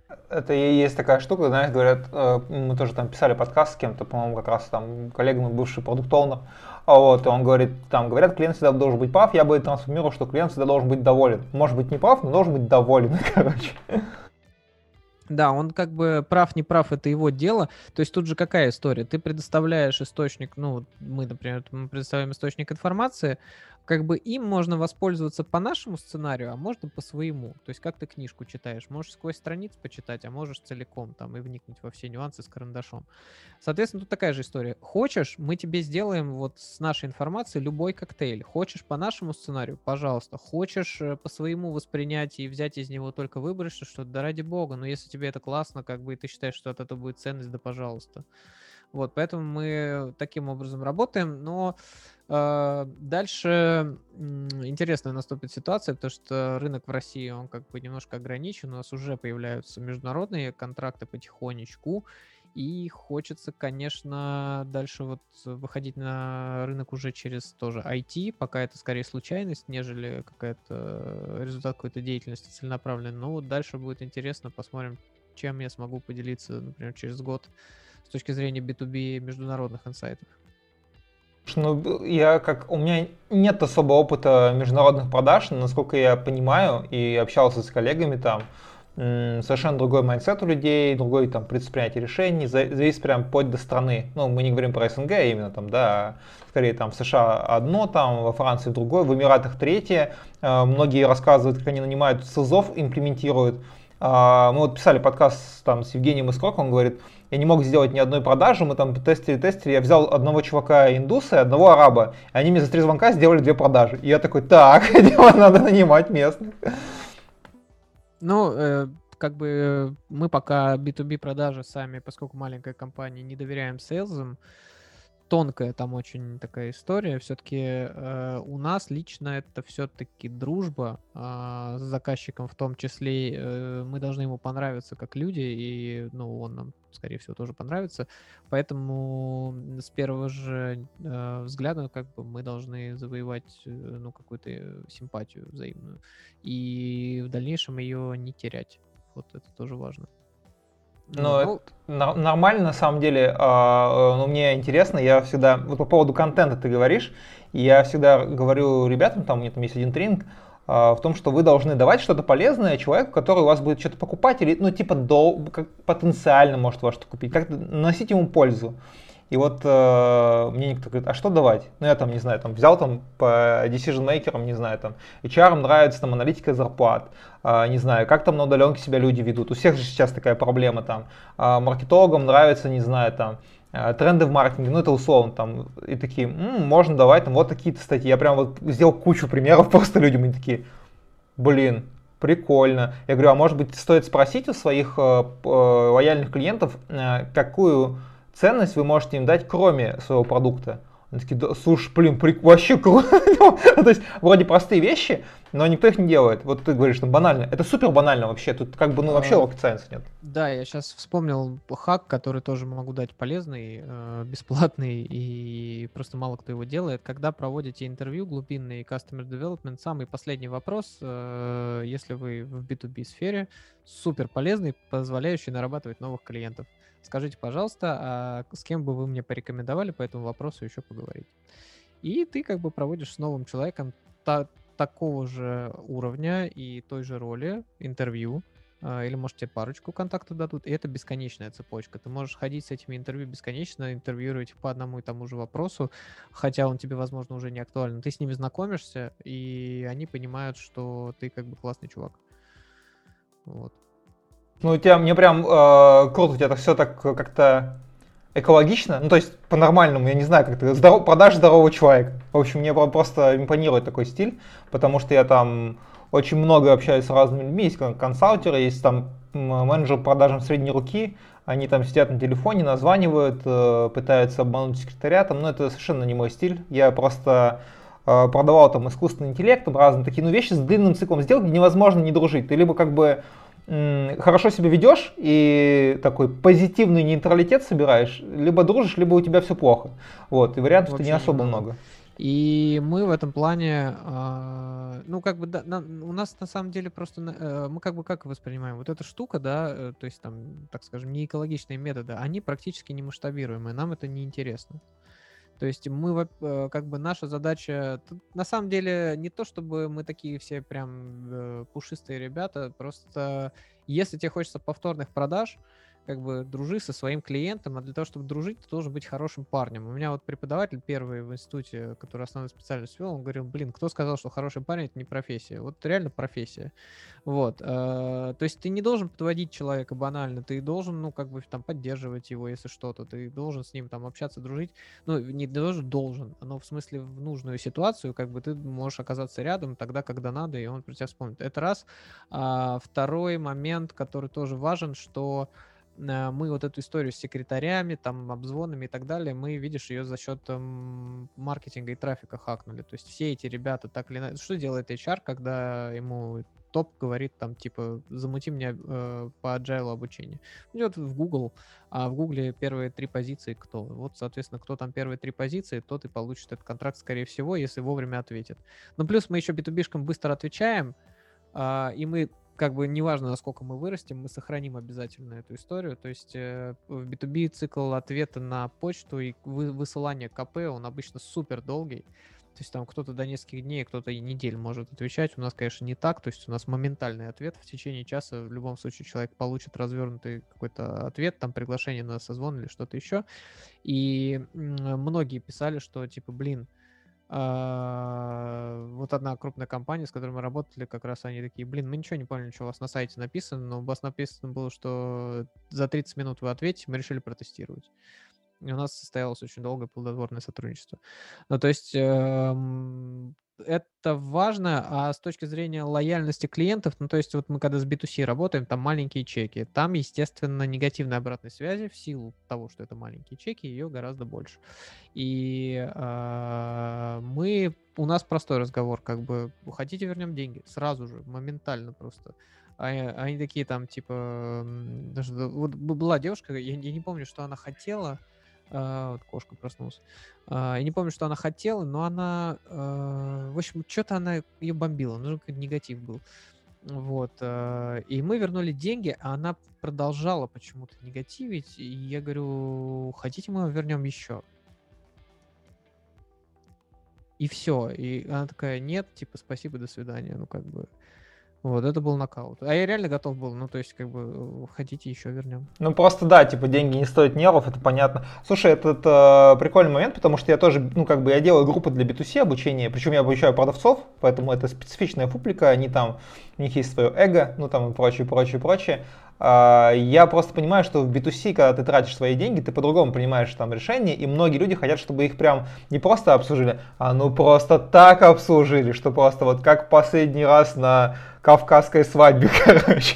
Это и есть такая штука, знаешь, говорят, мы тоже там писали подкаст с кем-то, по-моему, как раз там коллегами, бывший продукт-оунер, вот, и он говорит, там говорят, клиент всегда должен быть прав, я бы трансформировал, что клиент всегда должен быть доволен. Может быть не прав, но должен быть доволен, короче.
Да, он как бы прав, не прав, это его дело. То есть тут же какая история? Ты предоставляешь источник, ну, мы, например, мы предоставляем источник информации, как бы им можно воспользоваться по нашему сценарию, а можно по своему. То есть как ты книжку читаешь? Можешь сквозь страниц почитать, а можешь целиком там и вникнуть во все нюансы с карандашом. Соответственно, тут такая же история. Хочешь, мы тебе сделаем вот с нашей информацией любой коктейль. Хочешь по нашему сценарию? Пожалуйста. Хочешь по своему воспринять и взять из него только выборочно что-то? Да ради бога. Но если тебе это классно, как бы, и ты считаешь, что от этого будет ценность, да пожалуйста. Вот, поэтому мы таким образом работаем, но дальше интересная наступит ситуация, потому что рынок в России, он как бы немножко ограничен, у нас уже появляются международные контракты потихонечку, и хочется, конечно, дальше вот выходить на рынок уже через тоже IT, пока это скорее случайность, нежели какая-то результат какой-то деятельности целенаправленной. Но вот дальше будет интересно, посмотрим, чем я смогу поделиться, например, через год с точки зрения B2B международных инсайтов.
Ну, у меня нет особо опыта международных продаж, но, насколько я понимаю и общался с коллегами там, совершенно другой майндсет у людей, другой там принятие решений, зависит прям вплоть до страны. Ну, мы не говорим про СНГ именно там, да, а скорее там в США одно, там во Франции другое, в Эмиратах третье. Многие рассказывают, как они нанимают СИЗОВ, имплементируют. Мы вот писали подкаст там с Евгением Искрок, он говорит, я не мог сделать ни одной продажи, мы там тестили, я взял одного чувака индуса и одного араба, и они мне за 3 звонка сделали 2 продажи. И я такой, так, надо нанимать местных.
Ну, как бы мы пока B2B продажи сами, поскольку маленькая компания, не доверяем сейлзам. Тонкая там очень такая история. Все-таки у нас лично это все-таки дружба с заказчиком, в том числе мы должны ему понравиться как люди, и ну, он нам, скорее всего, тоже понравится. Поэтому с первого же взгляда как бы мы должны завоевать ну, какую-то симпатию взаимную. И в дальнейшем ее не терять. Вот это тоже важно.
Ну, нормально на самом деле, но мне интересно, я всегда, вот по поводу контента ты говоришь, я всегда говорю ребятам, там у меня там есть один тренинг, в том, что вы должны давать что-то полезное человеку, который у вас будет что-то покупать, или, ну, типа, как потенциально может вас что-то купить, как-то наносить ему пользу. И вот мне никто говорит, а что давать? Ну, я там, не знаю, там взял там по decision-maker'ам, не знаю, там, HR нравится там аналитика зарплат, не знаю, как там на удаленке себя люди ведут. У всех же сейчас такая проблема там. Маркетологам нравится, не знаю, там, тренды в маркетинге, ну, это условно, там, и такие, можно давать, там, вот такие-то статьи. Я прям вот сделал кучу примеров просто людям, и такие, блин, прикольно. Я говорю, а может быть стоит спросить у своих лояльных клиентов, какую ценность вы можете им дать, кроме своего продукта. Они такие, да, слушай, блин, вообще круто. То есть, вроде простые вещи, но никто их не делает. Вот ты говоришь, ну, банально. Это супер банально вообще. Тут как бы, ну, вообще rocket science нет.
Да, я сейчас вспомнил хак, который тоже могу дать полезный, бесплатный, и просто мало кто его делает. Когда проводите интервью глубинный Customer Development, самый последний вопрос, если вы в B2B сфере, супер полезный, позволяющий нарабатывать новых клиентов. Скажите, пожалуйста, а с кем бы вы мне порекомендовали по этому вопросу еще поговорить? И ты как бы проводишь с новым человеком такого же уровня и той же роли интервью, или, может, тебе парочку контактов дадут, и это бесконечная цепочка. Ты можешь ходить с этими интервью бесконечно, интервьюировать их по одному и тому же вопросу, хотя он тебе, возможно, уже не актуален. Ты с ними знакомишься, и они понимают, что ты как бы классный чувак. Вот.
Ну, мне прям круто, у тебя это все так как-то экологично, ну, то есть по-нормальному, я не знаю, как ты продашь здорового человека. В общем, мне просто импонирует такой стиль, потому что я там очень много общаюсь с разными людьми, есть консалтеры, есть там менеджер по продажам средней руки, они там сидят на телефоне, названивают, пытаются обмануть секретаря, там, но это совершенно не мой стиль, я просто продавал там искусственный интеллект, там разные такие, ну, вещи с длинным циклом сделки невозможно не дружить, ты либо как бы хорошо себя ведешь и такой позитивный нейтралитет собираешь, либо дружишь, либо у тебя все плохо. Вот, и вариантов-то не особо много.
И мы в этом плане, ну, как бы, да, у нас на самом деле просто, мы как бы как воспринимаем? Вот эта штука, да, то есть там, так скажем, не экологичные методы, они практически не масштабируемые, нам это не интересно. То есть мы, как бы наша задача, на самом деле не то, чтобы мы такие все прям пушистые ребята, просто если тебе хочется повторных продаж, как бы дружи со своим клиентом, а для того, чтобы дружить, ты должен быть хорошим парнем. У меня вот преподаватель первый в институте, который основную специальность вел, он говорил, блин, кто сказал, что хороший парень — это не профессия? Вот реально профессия. Вот. То есть ты не должен подводить человека банально, ты должен, ну, как бы там поддерживать его, если что-то, ты должен с ним там общаться, дружить. Ну, не должен, но в смысле в нужную ситуацию, как бы ты можешь оказаться рядом тогда, когда надо, и он про тебя вспомнит. Это раз. Второй момент, который тоже важен, что мы вот эту историю с секретарями, там, обзвонами и так далее, мы, видишь, ее за счет маркетинга и трафика хакнули. То есть все эти ребята так или иначе... Что делает HR, когда ему топ говорит там, типа, замути мне по agile обучению? Идет в Google, а в Google первые 3 позиции кто? Вот, соответственно, кто там первые 3 позиции, тот и получит этот контракт, скорее всего, если вовремя ответит. Ну, плюс мы еще B2B-шкам быстро отвечаем, и мы как бы неважно, насколько мы вырастем, мы сохраним обязательно эту историю. То есть в B2B цикл ответа на почту и высылания КП, он обычно супер долгий. То есть там кто-то до нескольких дней, кто-то и недель может отвечать. У нас, конечно, не так. То есть у нас моментальный ответ. В течение часа в любом случае человек получит развернутый какой-то ответ, там приглашение на созвон или что-то еще. И многие писали, что типа, блин, вот одна крупная компания, с которой мы работали, как раз они такие, блин, мы ничего не поняли, что у вас на сайте написано, но у вас написано было, что за 30 минут вы ответите, мы решили протестировать. И у нас состоялось очень долгое плодотворное сотрудничество. Ну, то есть это важно, а с точки зрения лояльности клиентов, ну, то есть вот мы когда с B2C работаем, там маленькие чеки, там, естественно, негативной обратной связи в силу того, что это маленькие чеки, ее гораздо больше. И у нас простой разговор, как бы, хотите вернем деньги? Сразу же, моментально просто. Они такие там, типа, даже, вот была девушка, я не помню, что она хотела, вот кошка проснулась. Я не помню, что она хотела, но она, в общем, что-то она ее бомбила, ну, какой-то негатив был. Вот. И мы вернули деньги, а она продолжала почему-то негативить. И я говорю, хотите, мы вернем еще? И все. И она такая, нет, типа, спасибо, до свидания. Ну, как бы... Вот, это был нокаут. А я реально готов был, ну, то есть, как бы, хотите, еще вернем.
Ну, просто, да, типа, деньги не стоят нервов, это понятно. Слушай, это прикольный момент, потому что я тоже, ну, как бы, я делаю группы для B2C обучения, причем я обучаю продавцов, поэтому это специфичная публика, они там, у них есть свое эго, ну, там, и прочее, прочее, прочее. Я просто понимаю, что в B2C, когда ты тратишь свои деньги, ты по-другому принимаешь там решения, и многие люди хотят, чтобы их прям не просто обслужили, а ну просто так обслужили, что просто вот как последний раз на кавказской свадьбе, короче.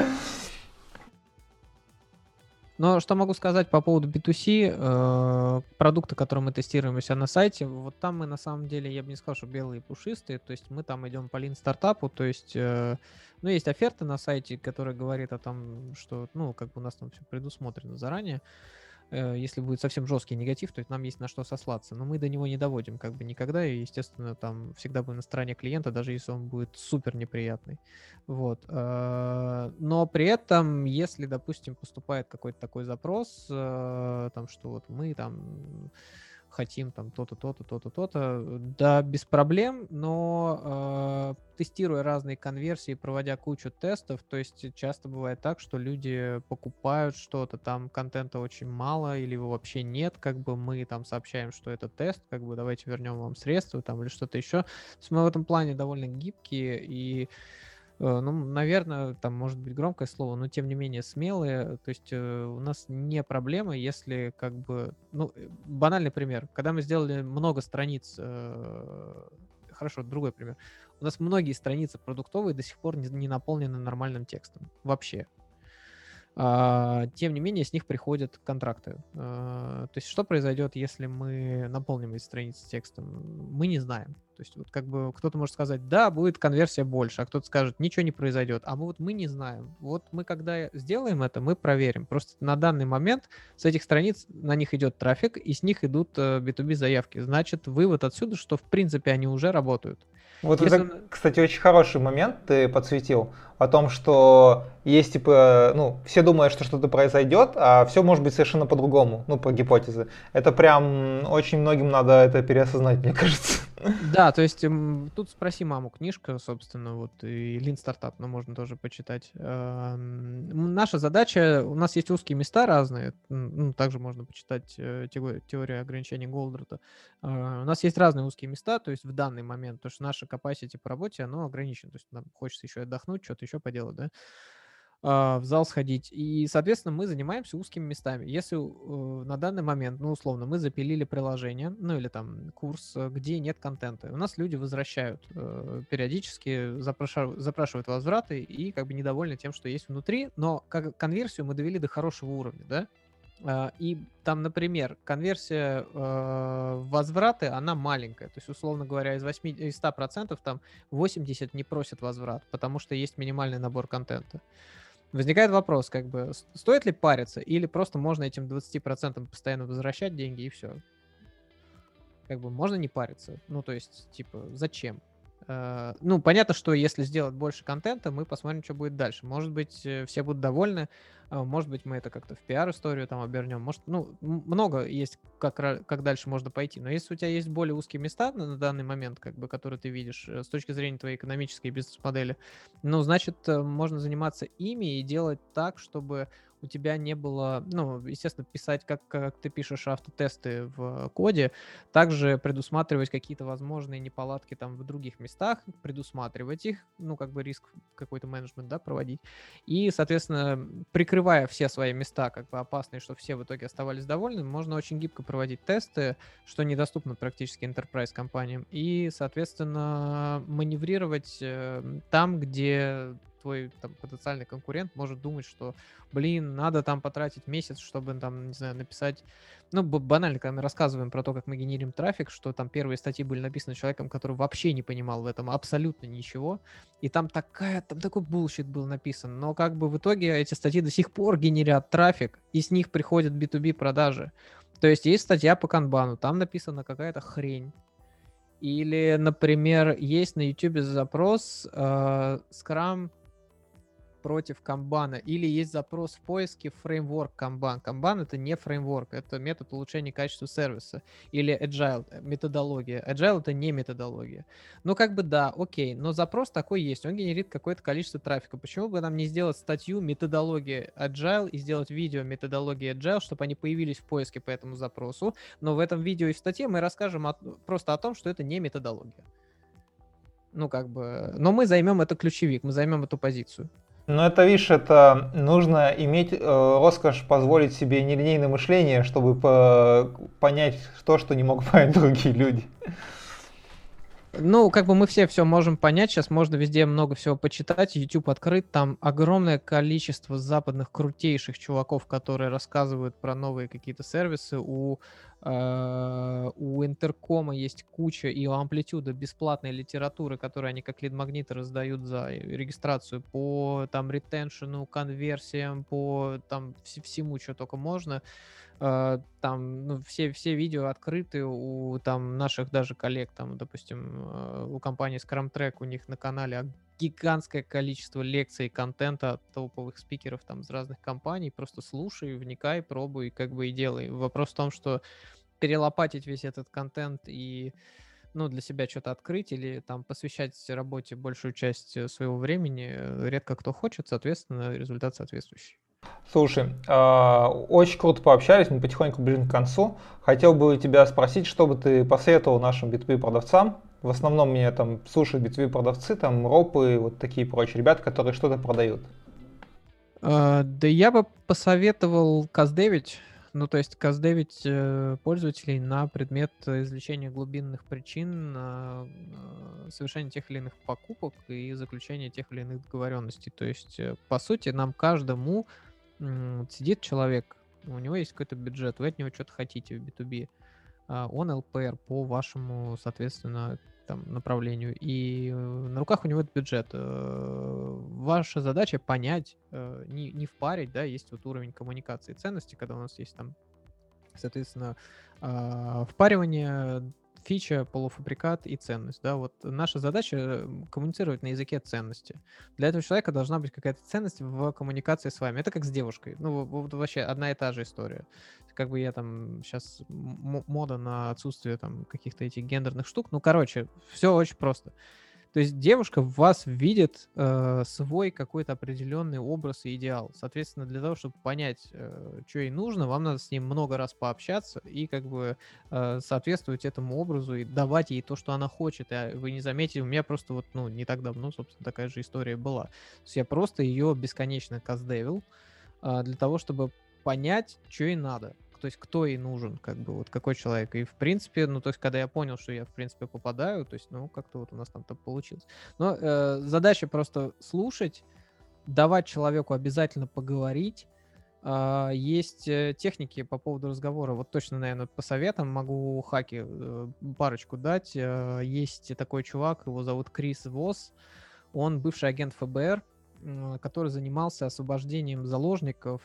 Но что могу сказать по поводу B2C, продукта, который мы тестируем у себя на сайте, вот там мы на самом деле, я бы не сказал, что белые и пушистые, то есть мы там идем по лин-стартапу, то есть, ну, есть оферта на сайте, которая говорит о том, что, ну, как бы у нас там все предусмотрено заранее. Если будет совсем жесткий негатив, то нам есть на что сослаться. Но мы до него не доводим как бы никогда, и, естественно, там всегда будем на стороне клиента, даже если он будет супер неприятный. Вот. Но при этом, если, допустим, поступает какой-то такой запрос, там, что вот мы там хотим там то-то, то-то, то-то, то-то, да, без проблем, но тестируя разные конверсии, проводя кучу тестов, то есть часто бывает так, что люди покупают что-то, там контента очень мало или его вообще нет, как бы мы там сообщаем, что это тест, как бы давайте вернем вам средства там или что-то еще. То есть мы в этом плане довольно гибкие и ну, наверное, там может быть громкое слово, но тем не менее смелые. То есть у нас не проблема, если как бы... Ну, банальный пример. Когда мы сделали много страниц... Хорошо, другой пример. У нас многие страницы продуктовые до сих пор не наполнены нормальным текстом. Вообще. Тем не менее, с них приходят контракты. То есть, что произойдет, если мы наполним эти страницы текстом? Мы не знаем. То есть, вот как бы кто-то может сказать, да, будет конверсия больше, а кто-то скажет, ничего не произойдет. А мы не знаем. Вот мы, когда сделаем это, мы проверим. Просто на данный момент с этих страниц на них идет трафик, и с них идут B2B заявки. Значит, вывод отсюда, что в принципе они уже работают.
Вот это, кстати, очень хороший момент ты подсветил о том, что есть, типа, ну, все думают, что что-то произойдет, а все может быть совершенно по-другому, ну, по гипотезе. Это прям очень многим надо это переосознать, мне кажется.
Да, то есть тут «Спроси маму» книжка, собственно, вот, и Lean Startup, но можно тоже почитать. Наша задача, у нас есть узкие места разные, ну, также можно почитать теорию ограничений Голдрата. У нас есть разные узкие места, то есть в данный момент, потому что наше capacity по работе, оно ограничено, то есть нам хочется еще отдохнуть, что-то еще поделать, да, в зал сходить. И, соответственно, мы занимаемся узкими местами. Если на данный момент, ну, условно, мы запилили приложение, ну, или там курс, где нет контента, у нас люди возвращают периодически, запрашивают возвраты и как бы недовольны тем, что есть внутри, но как конверсию мы довели до хорошего уровня, да? И там, например, конверсия возвраты, она маленькая. То есть, условно говоря, из 100% там 80 не просят возврат, потому что есть минимальный набор контента. Возникает вопрос, как бы, стоит ли париться, или просто можно этим 20% постоянно возвращать деньги, и все. Как бы можно не париться. Ну, то есть, типа, зачем? Ну, понятно, что если сделать больше контента, мы посмотрим, что будет дальше. Может быть, все будут довольны, может быть, мы это как-то в пиар-историю там обернем. Может, ну, много есть, как дальше можно пойти. Но если у тебя есть более узкие места на данный момент, как бы, которые ты видишь с точки зрения твоей экономической бизнес-модели, ну, значит, можно заниматься ими и делать так, чтобы у тебя не было, ну, естественно, писать, как ты пишешь автотесты в коде, также предусматривать какие-то возможные неполадки там в других местах, предусматривать их, ну, как бы риск какой-то менеджмент, да, проводить. И, соответственно, прикрывая все свои места, как бы опасные, чтобы все в итоге оставались довольны, можно очень гибко проводить тесты, что недоступно практически enterprise компаниям. И, соответственно, маневрировать там, где твой там, потенциальный конкурент может думать, что, блин, надо там потратить месяц, чтобы там, не знаю, написать. Ну, банально, когда мы рассказываем про то, как мы генерим трафик, что там первые статьи были написаны человеком, который вообще не понимал в этом абсолютно ничего, и там такой булщит был написан, но как бы в итоге эти статьи до сих пор генерят трафик, и с них приходят B2B продажи. То есть есть статья по канбану, там написана какая-то хрень. Или, например, есть на YouTube запрос Scrum против Kanban, или есть запрос в поиске фреймворк Kanban. Kanban — это не фреймворк, это метод улучшения качества сервиса. Или Agile, методология. Agile — это не методология. Ну, как бы да, окей, но запрос такой есть, он генерит какое-то количество трафика. Почему бы нам не сделать статью методология Agile и сделать видео методология Agile, чтобы они появились в поиске по этому запросу, но в этом видео и в статье мы расскажем просто о том, что это не методология. Ну, как бы, но мы займем это ключевик, мы займем эту позицию.
Но это, видишь, это нужно иметь роскошь позволить себе нелинейное мышление, чтобы понять то, что не могут понять другие люди.
Ну, как бы мы все можем понять, сейчас можно везде много всего почитать, YouTube открыт, там огромное количество западных крутейших чуваков, которые рассказывают про новые какие-то сервисы, у Интеркома есть куча и у Амплитюда бесплатной литературы, которую они как лид-магниты раздают за регистрацию по там ретеншену, конверсиям, по там всему, что только можно. Там ну, все видео открыты у там наших даже коллег, там, допустим, у компании Scrum Track, у них на канале гигантское количество лекций и контента от топовых спикеров там из разных компаний. Просто слушай, вникай, пробуй, как бы и делай. Вопрос в том, что перелопатить весь этот контент и ну, для себя что-то открыть или там посвящать работе большую часть своего времени редко кто хочет, соответственно, результат соответствующий.
Слушай, очень круто пообщались, мы потихоньку ближе к концу. Хотел бы тебя спросить, что бы ты посоветовал нашим B2B продавцам. В основном меня там слушают B2B продавцы, там ропы, вот такие прочие ребята, которые что-то продают.
Да я бы посоветовал каздевить, ну то есть каздевить пользователей на предмет извлечения глубинных причин совершения тех или иных покупок и заключения тех или иных договоренностей. То есть, по сути, нам каждому Сидит человек, у него есть какой-то бюджет, вы от него что-то хотите в B2B, он ЛПР по вашему, соответственно, там, направлению, и на руках у него этот бюджет. Ваша задача понять, не впарить, да, есть вот уровень коммуникации и ценности, когда у нас есть там, соответственно, впаривание, фича, полуфабрикат и ценность, да, вот наша задача коммуницировать на языке ценности. Для этого человека должна быть какая-то ценность в коммуникации с вами. Это как с девушкой. Ну, вот вообще одна и та же история. Как бы я там сейчас мода на отсутствие там каких-то этих гендерных штук. Ну, короче, все очень просто. То есть девушка в вас видит свой какой-то определенный образ и идеал. Соответственно, для того, чтобы понять, что ей нужно, вам надо с ним много раз пообщаться и как бы соответствовать этому образу и давать ей то, что она хочет. А вы не заметили, у меня просто вот, ну, не так давно, собственно, такая же история была. То есть я просто ее бесконечно каздевил для того, чтобы понять, что ей надо. То есть кто ей нужен, как бы, вот какой человек. И, в принципе, ну, то есть, когда я понял, что я, в принципе, попадаю, то есть, ну, как-то вот у нас там так получилось. Но задача просто слушать, давать человеку обязательно поговорить. Есть техники по поводу разговора. Вот точно, наверное, по советам могу хаки парочку дать. Есть такой чувак, его зовут Крис Восс. Он бывший агент ФБР, который занимался освобождением заложников,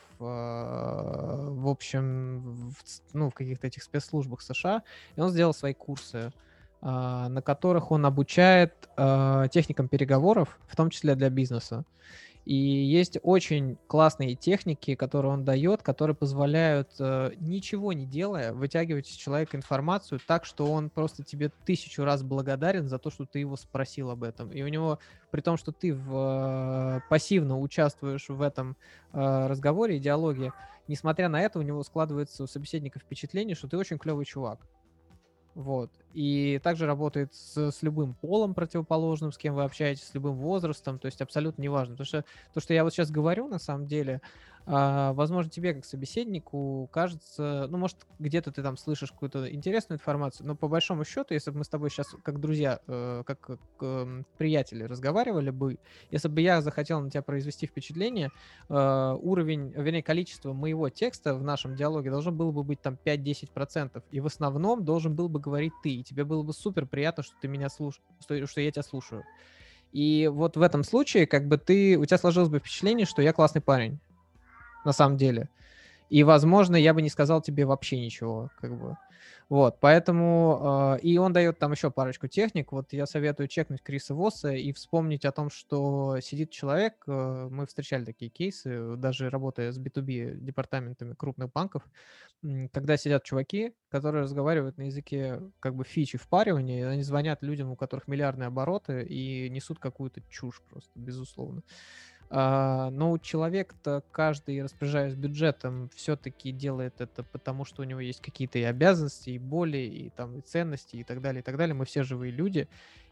в общем, в каких-то этих спецслужбах США. И он сделал свои курсы, на которых он обучает техникам переговоров, в том числе для бизнеса. И есть очень классные техники, которые он дает, которые позволяют, ничего не делая, вытягивать из человека информацию так, что он просто тебе 1000 раз благодарен за то, что ты его спросил об этом. И у него, при том, что ты пассивно участвуешь в этом разговоре и диалоге, несмотря на это, у него складывается у собеседника впечатление, что ты очень клевый чувак. Вот. И также работает с любым полом противоположным, с кем вы общаетесь, с любым возрастом, то есть абсолютно неважно. Потому что то, что я вот сейчас говорю, на самом деле, возможно, тебе как собеседнику кажется, ну, может, где-то ты там слышишь какую-то интересную информацию, но по большому счету, если бы мы с тобой сейчас как друзья, как приятели разговаривали бы, если бы я захотел на тебя произвести впечатление, уровень, вернее, количество моего текста в нашем диалоге должно было бы быть там 5-10%, и в основном должен был бы говорить ты, и тебе было бы супер приятно, что ты меня слушаешь, что я тебя слушаю. И вот в этом случае как бы у тебя сложилось бы впечатление, что я классный парень, на самом деле. И, возможно, я бы не сказал тебе вообще ничего, как бы. Вот, поэтому... и он дает там еще парочку техник. Вот я советую чекнуть Криса Восса и вспомнить о том, что сидит человек, мы встречали такие кейсы, даже работая с B2B департаментами крупных банков, когда сидят чуваки, которые разговаривают на языке как бы фичи впаривания, и они звонят людям, у которых миллиардные обороты, и несут какую-то чушь просто, безусловно. Но человек-то каждый, распоряжаясь бюджетом, все-таки делает это потому, что у него есть какие-то и обязанности, и боли, и там и ценности, и так далее, и так далее. Мы все живые люди.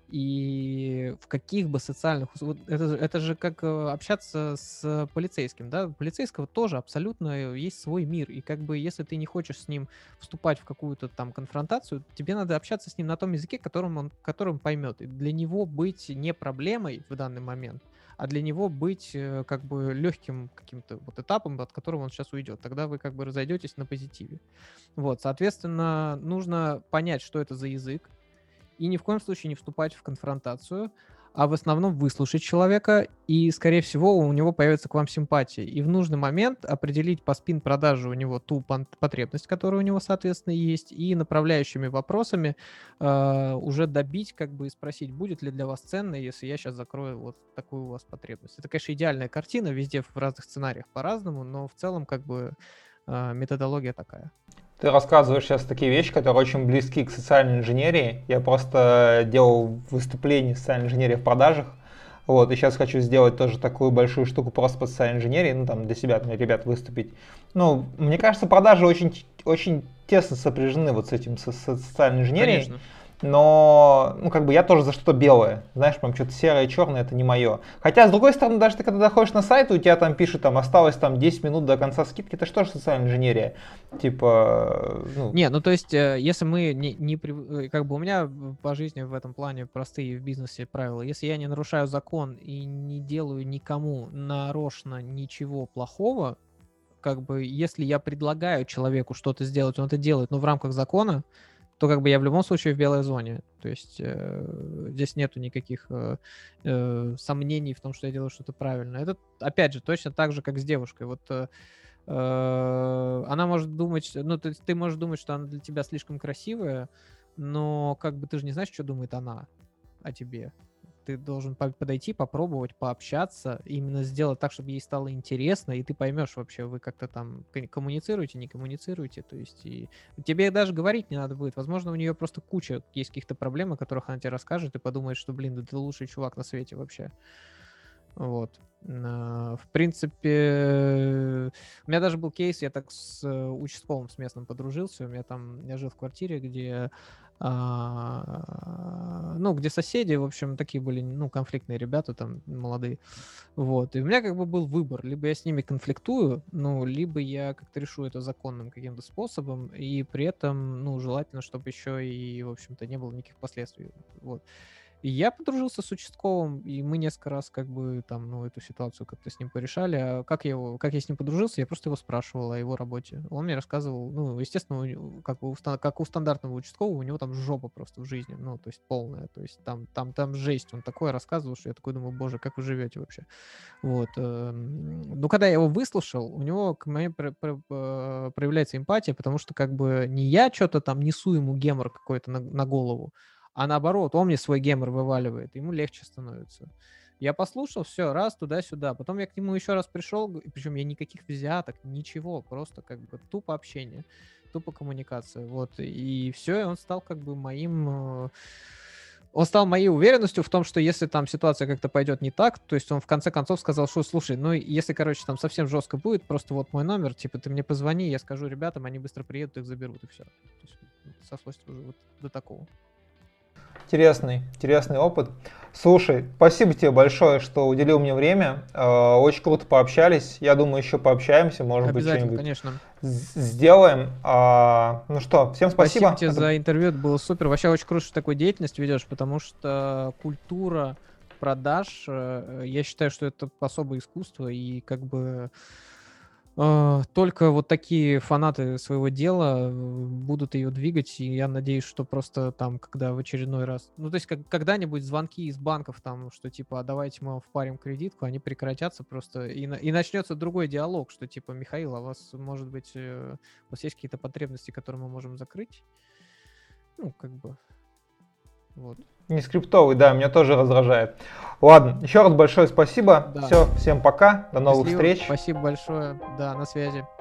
И в каких бы социальных... Это же как общаться с полицейским, да? У полицейского тоже абсолютно есть свой мир. И как бы если ты не хочешь с ним вступать в какую-то там конфронтацию, тебе надо общаться с ним на том языке, которым поймет. И для него быть не проблемой в данный момент, а для него быть как бы легким каким-то вот этапом, от которого он сейчас уйдет. Тогда вы как бы разойдетесь на позитиве. Вот, соответственно, нужно понять, что это за язык, и ни в коем случае не вступать в конфронтацию, а в основном выслушать человека, и, скорее всего, у него появится к вам симпатия. И в нужный момент определить по спин-продаже у него ту потребность, которая у него, соответственно, есть, и направляющими вопросами уже добить, как бы, и спросить, будет ли для вас ценно, если я сейчас закрою вот такую у вас потребность. Это, конечно, идеальная картина, везде в разных сценариях по-разному, но в целом, как бы, методология такая.
Ты рассказываешь сейчас такие вещи, которые очень близки к социальной инженерии. Я просто делал выступление социальной инженерии в продажах. Вот, и сейчас хочу сделать тоже такую большую штуку просто по социальной инженерии, ну, там, для себя, для ребят выступить. Ну, мне кажется, продажи очень, очень тесно сопряжены вот с этим, со социальной инженерией.
Конечно.
Но, ну, как бы я тоже за что-то белое. Знаешь, прям что-то серое, черное, это не мое. Хотя, с другой стороны, даже ты когда доходишь на сайт, у тебя там пишут, там, осталось там 10 минут до конца скидки, это же тоже социальная инженерия. Типа, ну...
Не, ну, то есть, если мы как бы у меня по жизни в этом плане простые в бизнесе правила. Если я не нарушаю закон и не делаю никому нарочно ничего плохого, как бы, если я предлагаю человеку что-то сделать, он это делает, но в рамках закона, то как бы я в любом случае в белой зоне. То есть здесь нету никаких сомнений в том, что я делаю что-то правильно. Это, опять же, точно так же, как с девушкой. Вот она может думать, ну, ты можешь думать, что она для тебя слишком красивая, но как бы ты же не знаешь, что думает она о тебе. Ты должен подойти, попробовать, пообщаться, именно сделать так, чтобы ей стало интересно, и ты поймешь вообще, вы как-то там коммуницируете, не коммуницируете, то есть и тебе даже говорить не надо будет. Возможно, у нее просто куча есть каких-то проблем, о которых она тебе расскажет, и подумает, что, блин, да ты лучший чувак на свете вообще. Вот. В принципе, у меня даже был кейс, я так с участковым с местным подружился, я жил в квартире, где где соседи, в общем, такие были, конфликтные ребята там, молодые, вот, и у меня как бы был выбор, либо я с ними конфликтую, либо я как-то решу это законным каким-то способом, и при этом, желательно, чтобы еще и, в общем-то, не было никаких последствий, вот. И я подружился с участковым, и мы несколько раз как бы там, эту ситуацию как-то с ним порешали. А как я с ним подружился, я просто его спрашивал о его работе. Он мне рассказывал, естественно, как у стандартного участкового, у него там жопа просто в жизни, то есть полная, то есть там жесть. Он такое рассказывал, что я такой думаю, боже, как вы живете вообще? Вот. Когда я его выслушал, у него к мне проявляется эмпатия, потому что как бы не я что-то там несу ему гемор какой-то на голову, а наоборот, он мне свой гемор вываливает, ему легче становится. Я послушал, все, раз, туда-сюда. Потом я к нему еще раз пришел, причем я никаких взяток, ничего, просто как бы тупо общение, тупо коммуникация. Вот, и все, и он стал как бы моей уверенностью в том, что если там ситуация как-то пойдет не так, то есть он в конце концов сказал, что слушай, если, короче, там совсем жестко будет, просто вот мой номер, типа ты мне позвони, я скажу ребятам, они быстро приедут, их заберут, и все. То есть сошлось уже вот до такого.
Интересный опыт. Слушай, спасибо тебе большое, что уделил мне время. Очень круто пообщались. Я думаю, еще пообщаемся, может быть, что-нибудь
конечно.
сделаем. Всем спасибо.
Спасибо тебе за интервью, это было супер. Вообще очень круто, что такую деятельность ведешь, потому что культура продаж, я считаю, что это особое искусство, и как бы только вот такие фанаты своего дела будут ее двигать, и я надеюсь, что просто там, когда в очередной раз, то есть когда-нибудь звонки из банков там, что типа, давайте мы вам впарим кредитку, они прекратятся просто, и начнется другой диалог, что типа, Михаил, а у вас, может быть, у вас есть какие-то потребности, которые мы можем закрыть? Вот.
Не скриптовый, да, меня тоже раздражает. Ладно, еще раз большое спасибо. Да. Все, всем пока, до новых встреч.
Спасибо большое, да, на связи.